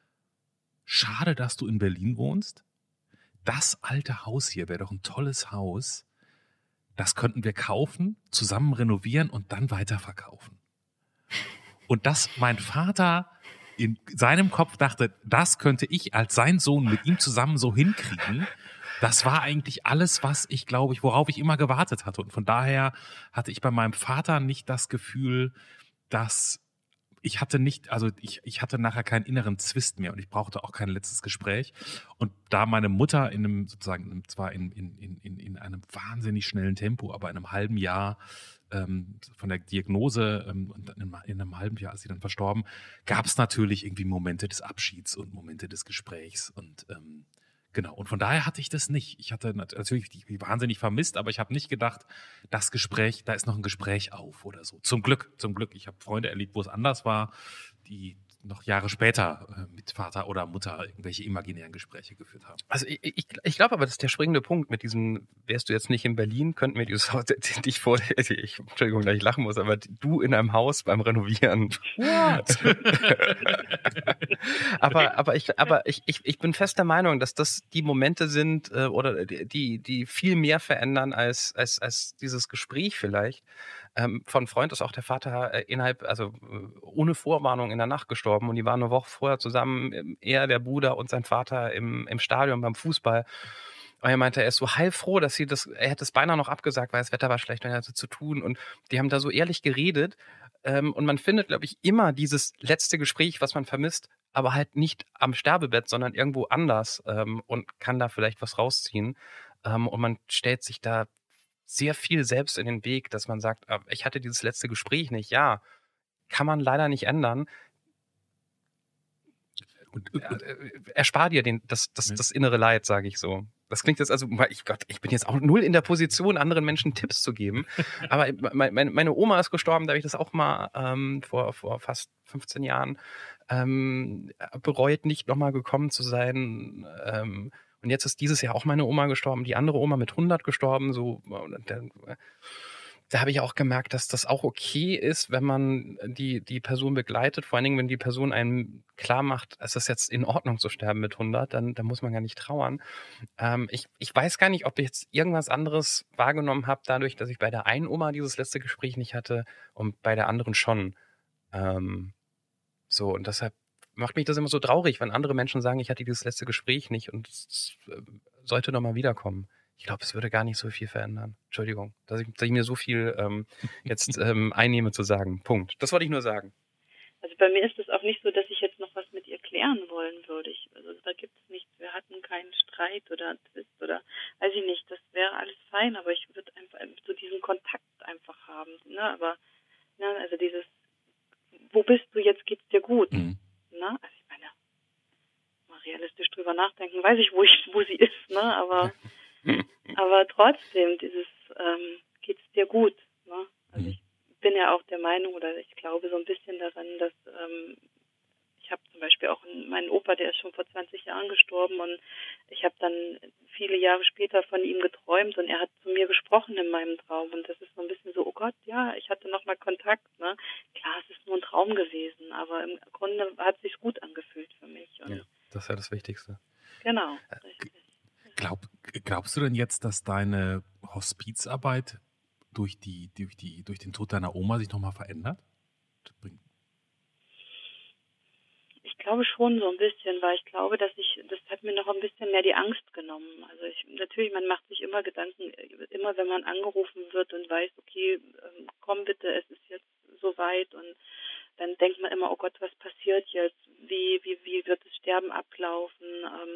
Schade, dass du in Berlin wohnst. Das alte Haus hier wäre doch ein tolles Haus. Das könnten wir kaufen, zusammen renovieren und dann weiterverkaufen. Und dass mein Vater in seinem Kopf dachte, das könnte ich als sein Sohn mit ihm zusammen so hinkriegen, das war eigentlich alles, worauf ich immer gewartet hatte. Und von daher hatte ich bei meinem Vater nicht das Gefühl, dass ich hatte nachher keinen inneren Zwist mehr, und ich brauchte auch kein letztes Gespräch. Und da meine Mutter zwar in einem wahnsinnig schnellen Tempo, aber in einem halben Jahr von der Diagnose, und in einem halben Jahr ist sie dann verstorben, gab es natürlich irgendwie Momente des Abschieds und Momente des Gesprächs, und genau. Und von daher hatte ich das nicht. Ich hatte natürlich die wahnsinnig vermisst, aber ich habe nicht gedacht, da ist noch ein Gespräch auf oder so. Zum Glück. Ich habe Freunde erlebt, wo es anders war, die noch Jahre später mit Vater oder Mutter irgendwelche imaginären Gespräche geführt haben. Also ich glaube aber, das ist der springende Punkt mit diesem: Wärst du jetzt nicht in Berlin, könnten wir dieses Haus, Entschuldigung, dass ich lachen muss, aber du in einem Haus beim Renovieren. What? aber ich bin fest der Meinung, dass das die Momente sind, oder die viel mehr verändern als dieses Gespräch vielleicht. Von Freund ist auch der Vater ohne Vorwarnung in der Nacht gestorben, und die waren eine Woche vorher zusammen, er, der Bruder und sein Vater im Stadion beim Fußball. Und er meinte, er ist so heilfroh, er hätte es beinahe noch abgesagt, weil das Wetter war schlecht und er hatte zu tun, und die haben da so ehrlich geredet, und man findet, glaube ich, immer dieses letzte Gespräch, was man vermisst, aber halt nicht am Sterbebett, sondern irgendwo anders, und kann da vielleicht was rausziehen, und man stellt sich da sehr viel selbst in den Weg, dass man sagt, ich hatte dieses letzte Gespräch nicht. Ja, kann man leider nicht ändern. Und erspar dir das innere Leid, sage ich so. Das klingt jetzt ich bin jetzt auch null in der Position, anderen Menschen Tipps zu geben. Aber meine Oma ist gestorben, da habe ich das auch mal vor fast 15 Jahren bereut, nicht nochmal gekommen zu sein. Und jetzt ist dieses Jahr auch meine Oma gestorben, die andere Oma mit 100 gestorben. So, da habe ich auch gemerkt, dass das auch okay ist, wenn man die Person begleitet. Vor allen Dingen, wenn die Person einem klar macht, es ist jetzt in Ordnung zu sterben mit 100, dann muss man gar nicht trauern. Ich weiß gar nicht, ob ich jetzt irgendwas anderes wahrgenommen habe, dadurch, dass ich bei der einen Oma dieses letzte Gespräch nicht hatte und bei der anderen schon. Und deshalb macht mich das immer so traurig, wenn andere Menschen sagen, ich hatte dieses letzte Gespräch nicht und es sollte nochmal wiederkommen. Ich glaube, es würde gar nicht so viel verändern. Entschuldigung, dass ich mir so viel jetzt einnehme zu sagen. Punkt. Das wollte ich nur sagen. Also bei mir ist es auch nicht so, dass ich jetzt noch was mit ihr klären wollen würde. Also da gibt es nichts. Wir hatten keinen Streit oder Twist oder weiß ich nicht. Das wäre alles fein, aber ich würde einfach so diesen Kontakt einfach haben. Ne? Aber also dieses, wo bist du, jetzt geht's dir gut. Mhm. Ne? Also ich meine, mal realistisch drüber nachdenken, weiß ich, wo sie ist, ne? Aber trotzdem, dieses geht's dir gut, ne? Also ich bin ja auch der Meinung, oder ich glaube so ein bisschen daran, dass ich habe zum Beispiel auch meinen Opa, der ist schon vor 20 Jahren gestorben und ich habe dann viele Jahre später von ihm geträumt und er hat zu mir gesprochen in meinem Traum und das ist so ein bisschen so, oh Gott, ja, ich hatte nochmal Kontakt, ne? Klar, es ist nur ein Traum gewesen, aber im Grunde hat es sich gut angefühlt für mich. Und Ja, das ist ja das Wichtigste. genau, richtig. Glaubst du denn jetzt, dass deine Hospizarbeit durch den Tod deiner Oma sich nochmal verändert? Ich glaube schon so ein bisschen, weil ich glaube, das hat mir noch ein bisschen mehr die Angst genommen. Also natürlich, man macht sich immer Gedanken, immer wenn man angerufen wird und weiß, okay, komm bitte, es ist jetzt soweit und dann denkt man immer, oh Gott, was passiert jetzt? Wie wird das Sterben ablaufen?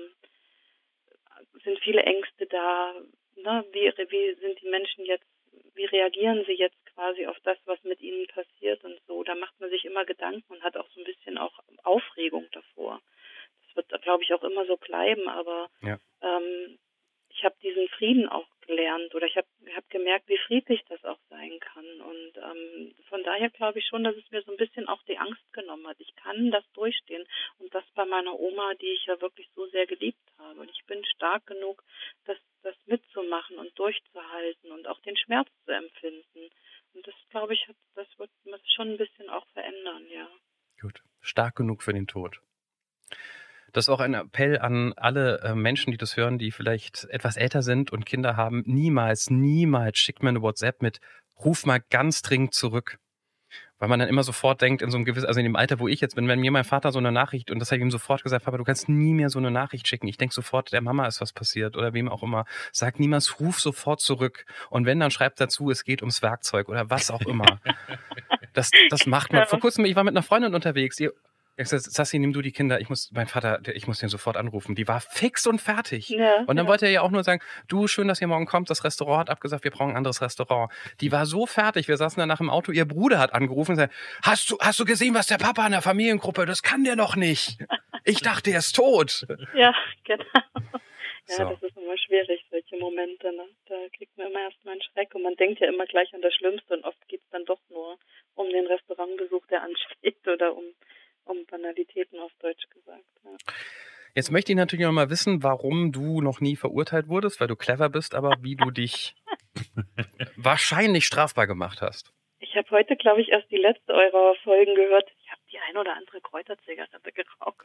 Sind viele Ängste da? Ne? Wie sind die Menschen jetzt, wie reagieren sie jetzt quasi auf das, was mit ihnen passiert und so? Da macht man sich immer Gedanken und hat auch so ein bisschen auch Aufregung davor. Das wird, glaube ich, auch immer so bleiben, aber Ja. Ich habe diesen Frieden auch gelernt oder ich habe gemerkt, wie friedlich das auch sein kann. Und von daher glaube ich schon, dass es mir so ein bisschen auch die Angst genommen hat. Ich kann das durchstehen und das bei meiner Oma, die ich ja wirklich so sehr geliebt habe. Und ich bin stark genug, das mitzumachen und durchzuhalten und auch den Schmerz zu empfinden. Und das, glaube ich, das wird schon ein bisschen auch verändern, ja. Gut. Stark genug für den Tod. Das ist auch ein Appell an alle Menschen, die das hören, die vielleicht etwas älter sind und Kinder haben. Niemals schickt mir eine WhatsApp mit, ruf mal ganz dringend zurück. Weil man dann immer sofort denkt, in so einem gewissen, also in dem Alter, wo ich jetzt bin, wenn mir mein Vater so eine Nachricht, und das habe ich ihm sofort gesagt, Papa, du kannst nie mehr so eine Nachricht schicken. Ich denke sofort, der Mama ist was passiert oder wem auch immer. Sag niemals, ruf sofort zurück. Und wenn, dann schreibt dazu, es geht ums Werkzeug oder was auch immer. Das macht man. Ja. Vor kurzem, ich war mit einer Freundin unterwegs, ich sag, Sassi, nimm du die Kinder, ich muss den sofort anrufen. Die war fix und fertig. Ja, und dann wollte er ja auch nur sagen, du, schön, dass ihr morgen kommt, das Restaurant hat abgesagt, wir brauchen ein anderes Restaurant. Die war so fertig, wir saßen danach im Auto, ihr Bruder hat angerufen und gesagt, hast du gesehen, was der Papa in der Familiengruppe, das kann der doch nicht. Ich dachte, er ist tot. Ja, genau. Ja, So. das ist immer schwierig, solche Momente. Ne? Da kriegt man immer erstmal einen Schreck und man denkt ja immer gleich an das Schlimmste und oft geht es dann doch nur um den Restaurantbesuch, der ansteht oder um Banalitäten auf Deutsch gesagt. Ja. Jetzt möchte ich natürlich noch mal wissen, warum du noch nie verurteilt wurdest, weil du clever bist, aber wie du dich wahrscheinlich strafbar gemacht hast. Ich habe heute, glaube ich, erst die letzte eurer Folgen gehört. Ich habe die ein oder andere Kräuterzigarette geraucht.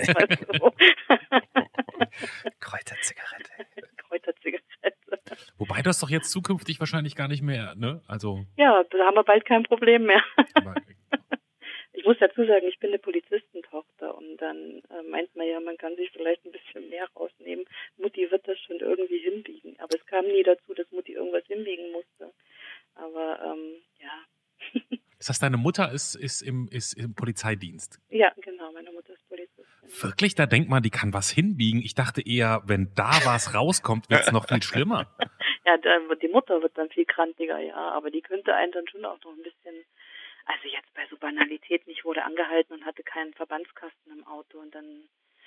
Kräuterzigarette. Kräuterzigarette. Wobei das doch jetzt zukünftig wahrscheinlich gar nicht mehr, ne? Also. Ja, da haben wir bald kein Problem mehr. Aber, Ich muss dazu sagen, ich bin eine Polizistentochter und dann meint man ja, man kann sich vielleicht ein bisschen mehr rausnehmen. Mutti wird das schon irgendwie hinbiegen. Aber es kam nie dazu, dass Mutti irgendwas hinbiegen musste. Aber ja. das heißt, deine Mutter ist im Polizeidienst. Ja, genau, meine Mutter ist Polizistin. Wirklich? Da denkt man, die kann was hinbiegen. Ich dachte eher, wenn da was rauskommt, wird es noch viel schlimmer. Ja, die Mutter wird dann viel krantiger, ja. Aber die könnte einen dann schon auch noch ein bisschen... Also jetzt bei so Banalitäten, ich wurde angehalten und hatte keinen Verbandskasten im Auto und dann...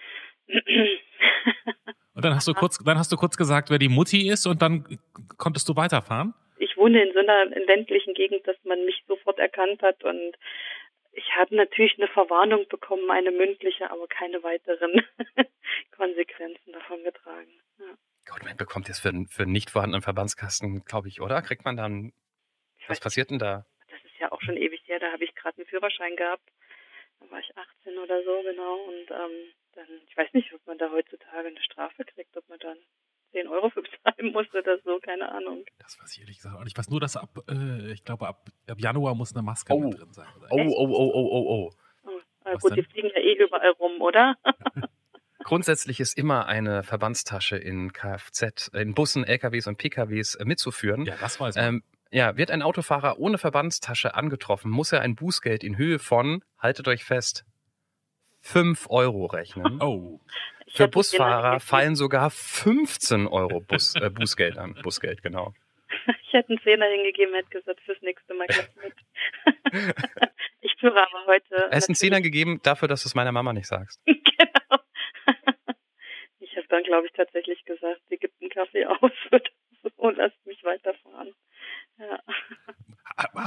Und dann hast du kurz gesagt, wer die Mutti ist und dann konntest du weiterfahren? Ich wohne in so einer ländlichen Gegend, dass man mich sofort erkannt hat und ich habe natürlich eine Verwarnung bekommen, eine mündliche, aber keine weiteren Konsequenzen davon getragen. Ja. Gut, man bekommt jetzt für einen nicht vorhandenen Verbandskasten, glaube ich, oder? Kriegt man dann... Was passiert denn da? Das ist ja auch schon ewig her, da habe ich gerade einen Führerschein gehabt. Da war ich 18 oder so, genau. Und dann, ich weiß nicht, ob man da heutzutage eine Strafe kriegt, ob man dann 10 Euro für bezahlen muss oder so, keine Ahnung. Das weiß ich ehrlich gesagt auch nicht. Ich weiß nur, dass ich glaube, ab Januar muss eine Maske mit drin sein. Oder? Oh. Gut, die fliegen ja eh überall rum, oder? Grundsätzlich ist immer eine Verbandstasche in Kfz, in Bussen, LKWs und PKWs mitzuführen. Ja, das weiß man. Wird ein Autofahrer ohne Verbandstasche angetroffen, muss er ein Bußgeld in Höhe von, haltet euch fest, 5 Euro rechnen. Oh. Für Busfahrer fallen sogar 15 Euro Bußgeld an. Bußgeld, genau. Ich hätte einen 10er hingegeben, hätte gesagt, fürs nächste Mal gleich mit. Ich führe aber heute... Er ist einen 10er gegeben dafür, dass du es meiner Mama nicht sagst. Genau. Ich habe dann, glaube ich, tatsächlich gesagt, sie gibt einen Kaffee aus oder so, lasst mich weiterfahren. Ja.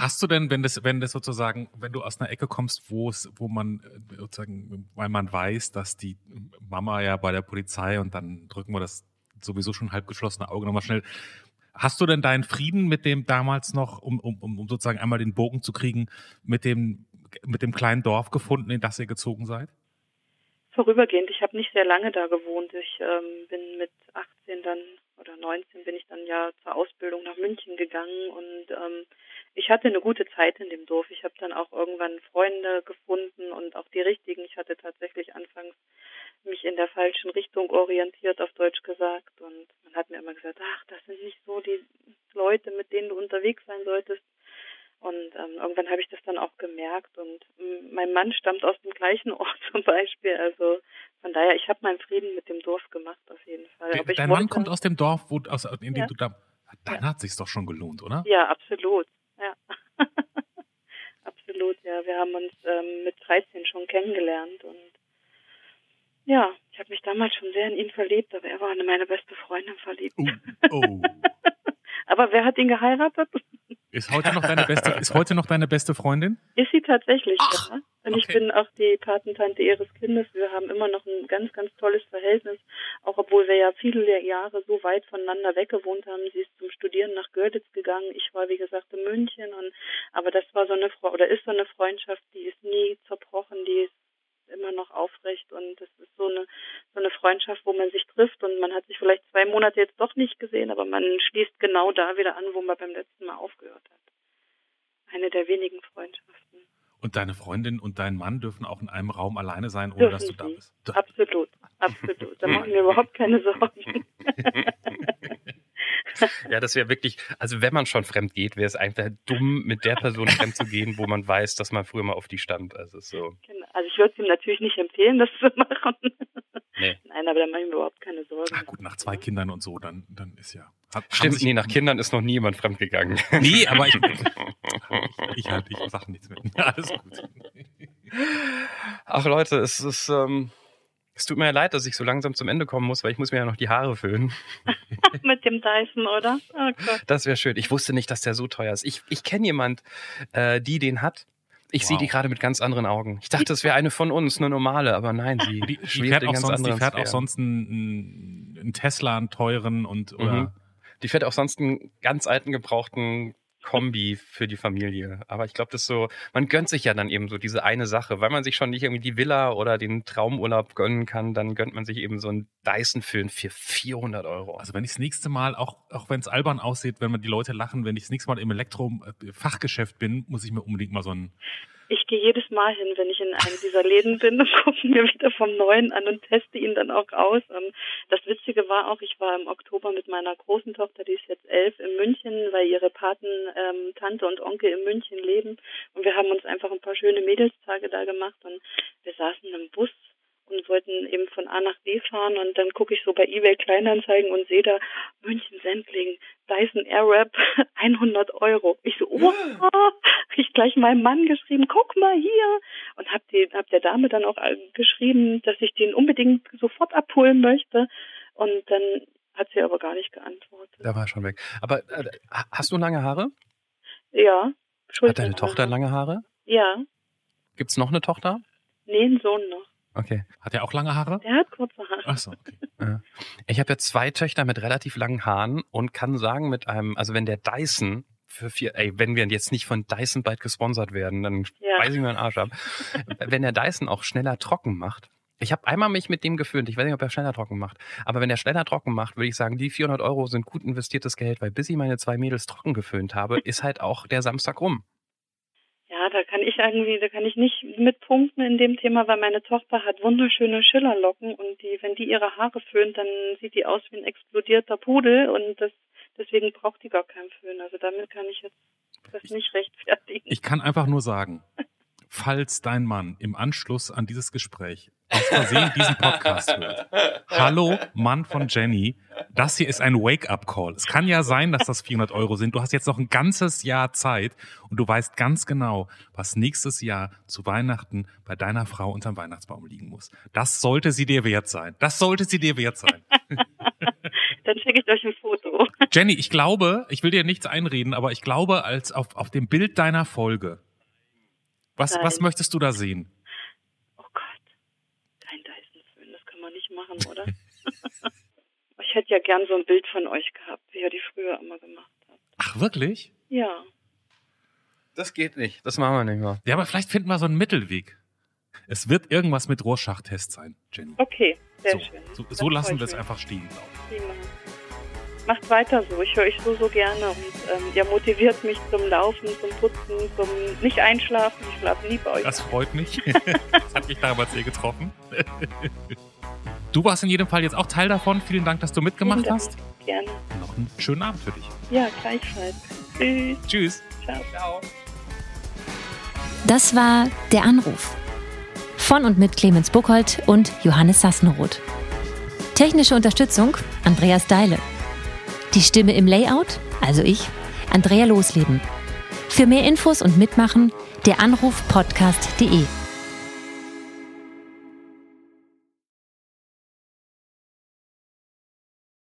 Hast du denn, wenn das sozusagen, wenn du aus einer Ecke kommst, wo man sozusagen, weil man weiß, dass die Mama ja bei der Polizei und dann drücken wir das sowieso schon halb geschlossene Auge nochmal schnell. Hast du denn deinen Frieden mit dem damals noch, um sozusagen einmal den Bogen zu kriegen, mit dem kleinen Dorf gefunden, in das ihr gezogen seid? Vorübergehend. Ich habe nicht sehr lange da gewohnt. Ich bin mit 18 dann oder 19 bin ich dann ja zur Ausbildung nach München gegangen und ich hatte eine gute Zeit in dem Dorf. Ich habe dann auch irgendwann Freunde gefunden und auch die richtigen. Ich hatte tatsächlich anfangs mich in der falschen Richtung orientiert, auf Deutsch gesagt. Und man hat mir immer gesagt, ach, das sind nicht so die Leute, mit denen du unterwegs sein solltest. Und irgendwann habe ich das dann auch gemerkt. Und mein Mann stammt aus dem gleichen Ort zum Beispiel. Also von daher, ich habe meinen Frieden mit dem Dorf gemacht, auf jeden Fall. Aber Dein Mann kommt aus dem Dorf, in dem du da... Dann hat es sich doch schon gelohnt, oder? Ja, absolut. Ja. Absolut, ja. Wir haben uns mit 13 schon kennengelernt und ja, ich habe mich damals schon sehr in ihn verliebt, aber er war in meine beste Freundin verliebt. Oh. Aber wer hat ihn geheiratet? Ist heute noch deine beste Freundin? Ist sie tatsächlich, Ach, ja. Und okay. Ich bin auch die Patentante ihres Kindes. Wir haben immer noch ein ganz, ganz tolles Verhältnis, auch obwohl wir ja viele Jahre so weit voneinander weggewohnt haben. Sie ist zum Studieren nach Görlitz gegangen. Ich war, wie gesagt, in München. Aber das war ist so eine Freundschaft, die ist nie zerbrochen, die ist immer noch aufrecht und das ist so eine Freundschaft, wo man sich trifft und man hat sich vielleicht 2 Monate jetzt doch nicht gesehen, aber man schließt genau da wieder an, wo man beim letzten Mal aufgehört hat. Eine der wenigen Freundschaften. Und deine Freundin und dein Mann dürfen auch in einem Raum alleine sein, ohne dass du da bist? Absolut. Da machen wir überhaupt keine Sorgen. Ja, das wäre wirklich, also wenn man schon fremd geht, wäre es einfach dumm, mit der Person fremd zu gehen, wo man weiß, dass man früher mal auf die stand. Also so. Genau. Also ich würde es ihm natürlich nicht empfehlen, das zu machen. Nee. Nein, aber da mache ich mir überhaupt keine Sorgen. Ach gut, nach 2 Kindern und so, dann ist ja... Stimmt, nee, nach Kindern ist noch nie jemand fremd gegangen. Nee, aber ich sag nichts mehr. Ja, alles gut. Ach Leute, es tut mir ja leid, dass ich so langsam zum Ende kommen muss, weil ich muss mir ja noch die Haare föhnen. Mit dem Dyson, oder? Oh Gott. Das wäre schön. Ich wusste nicht, dass der so teuer ist. Ich kenne jemand, die den hat. Ich sehe die gerade mit ganz anderen Augen. Ich dachte, es wäre eine von uns, eine normale, aber nein, die fährt auch sonst einen Tesla, einen teuren oder... Die fährt auch sonst einen ganz alten, gebrauchten Kombi für die Familie. Aber ich glaube, das ist so, man gönnt sich ja dann eben so diese eine Sache. Weil man sich schon nicht irgendwie die Villa oder den Traumurlaub gönnen kann, dann gönnt man sich eben so einen Dyson-Föhn für 400 €. Also wenn ich das nächste Mal, auch wenn es albern aussieht, wenn man die Leute lachen, wenn ich das nächste Mal im Elektro-Fachgeschäft bin, muss ich mir unbedingt mal so einen... Ich gehe jedes Mal hin, wenn ich in einem dieser Läden bin und gucke mir wieder vom Neuen an und teste ihn dann auch aus. Das Witzige war auch, ich war im Oktober mit meiner großen Tochter, die ist jetzt 11, in München, weil ihre Tante und Onkel in München leben. Und wir haben uns einfach ein paar schöne Mädelstage da gemacht und wir saßen im Bus und wollten eben von A nach B fahren und dann gucke ich so bei eBay Kleinanzeigen und sehe da München-Sendling, Dyson Airwrap, 100 €. Ich so, hab ich gleich meinem Mann geschrieben, guck mal hier und hab der Dame dann auch geschrieben, dass ich den unbedingt sofort abholen möchte und dann hat sie aber gar nicht geantwortet. Da war er schon weg. Aber hast du lange Haare? Ja. Hat deine Tochter lange Haare? Ja. Gibt's noch eine Tochter? Nee, einen Sohn noch. Okay. Hat er auch lange Haare? Der hat kurze Haare. Ach so, okay. Ja. Ich habe ja 2 Töchter mit relativ langen Haaren und kann sagen also wenn der Dyson wenn wir jetzt nicht von Dyson bald gesponsert werden, dann weiß ich mir den Arsch ab. Wenn der Dyson auch schneller trocken macht, ich habe einmal mich mit dem geföhnt, ich weiß nicht, ob er schneller trocken macht, aber wenn er schneller trocken macht, würde ich sagen, die 400 € sind gut investiertes Geld, weil bis ich meine 2 Mädels trocken geföhnt habe, ist halt auch der Samstag rum. Ja, da kann ich nicht mit punkten in dem Thema, weil meine Tochter hat wunderschöne Schillerlocken und wenn die ihre Haare föhnt, dann sieht die aus wie ein explodierter Pudel und deswegen braucht die gar keinen Föhn. Also damit kann ich jetzt das nicht rechtfertigen. Ich kann einfach nur sagen, falls dein Mann im Anschluss an dieses Gespräch aus Versehen diesen Podcast hört. Hallo, Mann von Jenny. Das hier ist ein Wake-up-Call. Es kann ja sein, dass das 400 € sind. Du hast jetzt noch ein ganzes Jahr Zeit und du weißt ganz genau, was nächstes Jahr zu Weihnachten bei deiner Frau unterm Weihnachtsbaum liegen muss. Das sollte sie dir wert sein. Dann schicke ich euch ein Foto. Jenny, ich glaube, ich will dir nichts einreden, aber ich glaube, als auf dem Bild deiner Folge, was möchtest du da sehen? Oh Gott, kein Dyson-Föhn, das können wir nicht machen, oder? Ich hätte ja gern so ein Bild von euch gehabt, wie ihr die früher immer gemacht habt. Ach, wirklich? Ja. Das geht nicht. Das machen wir nicht mehr. Ja, aber vielleicht finden wir so einen Mittelweg. Es wird irgendwas mit Rorschach-Test sein, Jenny. Okay, sehr schön. So lassen wir es einfach stehen, glaube ich. Prima. Macht weiter so. Ich höre euch so gerne und ihr motiviert mich zum Laufen, zum Putzen, zum nicht einschlafen. Ich schlafe nie bei euch. Das freut mich. Das hat mich damals sehr getroffen. Du warst in jedem Fall jetzt auch Teil davon. Vielen Dank, dass du mitgemacht hast. Gerne. Noch einen schönen Abend für dich. Ja, gleichfalls. Tschüss. Tschüss. Ciao. Ciao. Das war Der Anruf. Von und mit Clemens Buchholz und Johannes Sassenroth. Technische Unterstützung Andreas Deile. Die Stimme im Layout, also ich, Andrea Losleben. Für mehr Infos und Mitmachen, deranrufpodcast.de.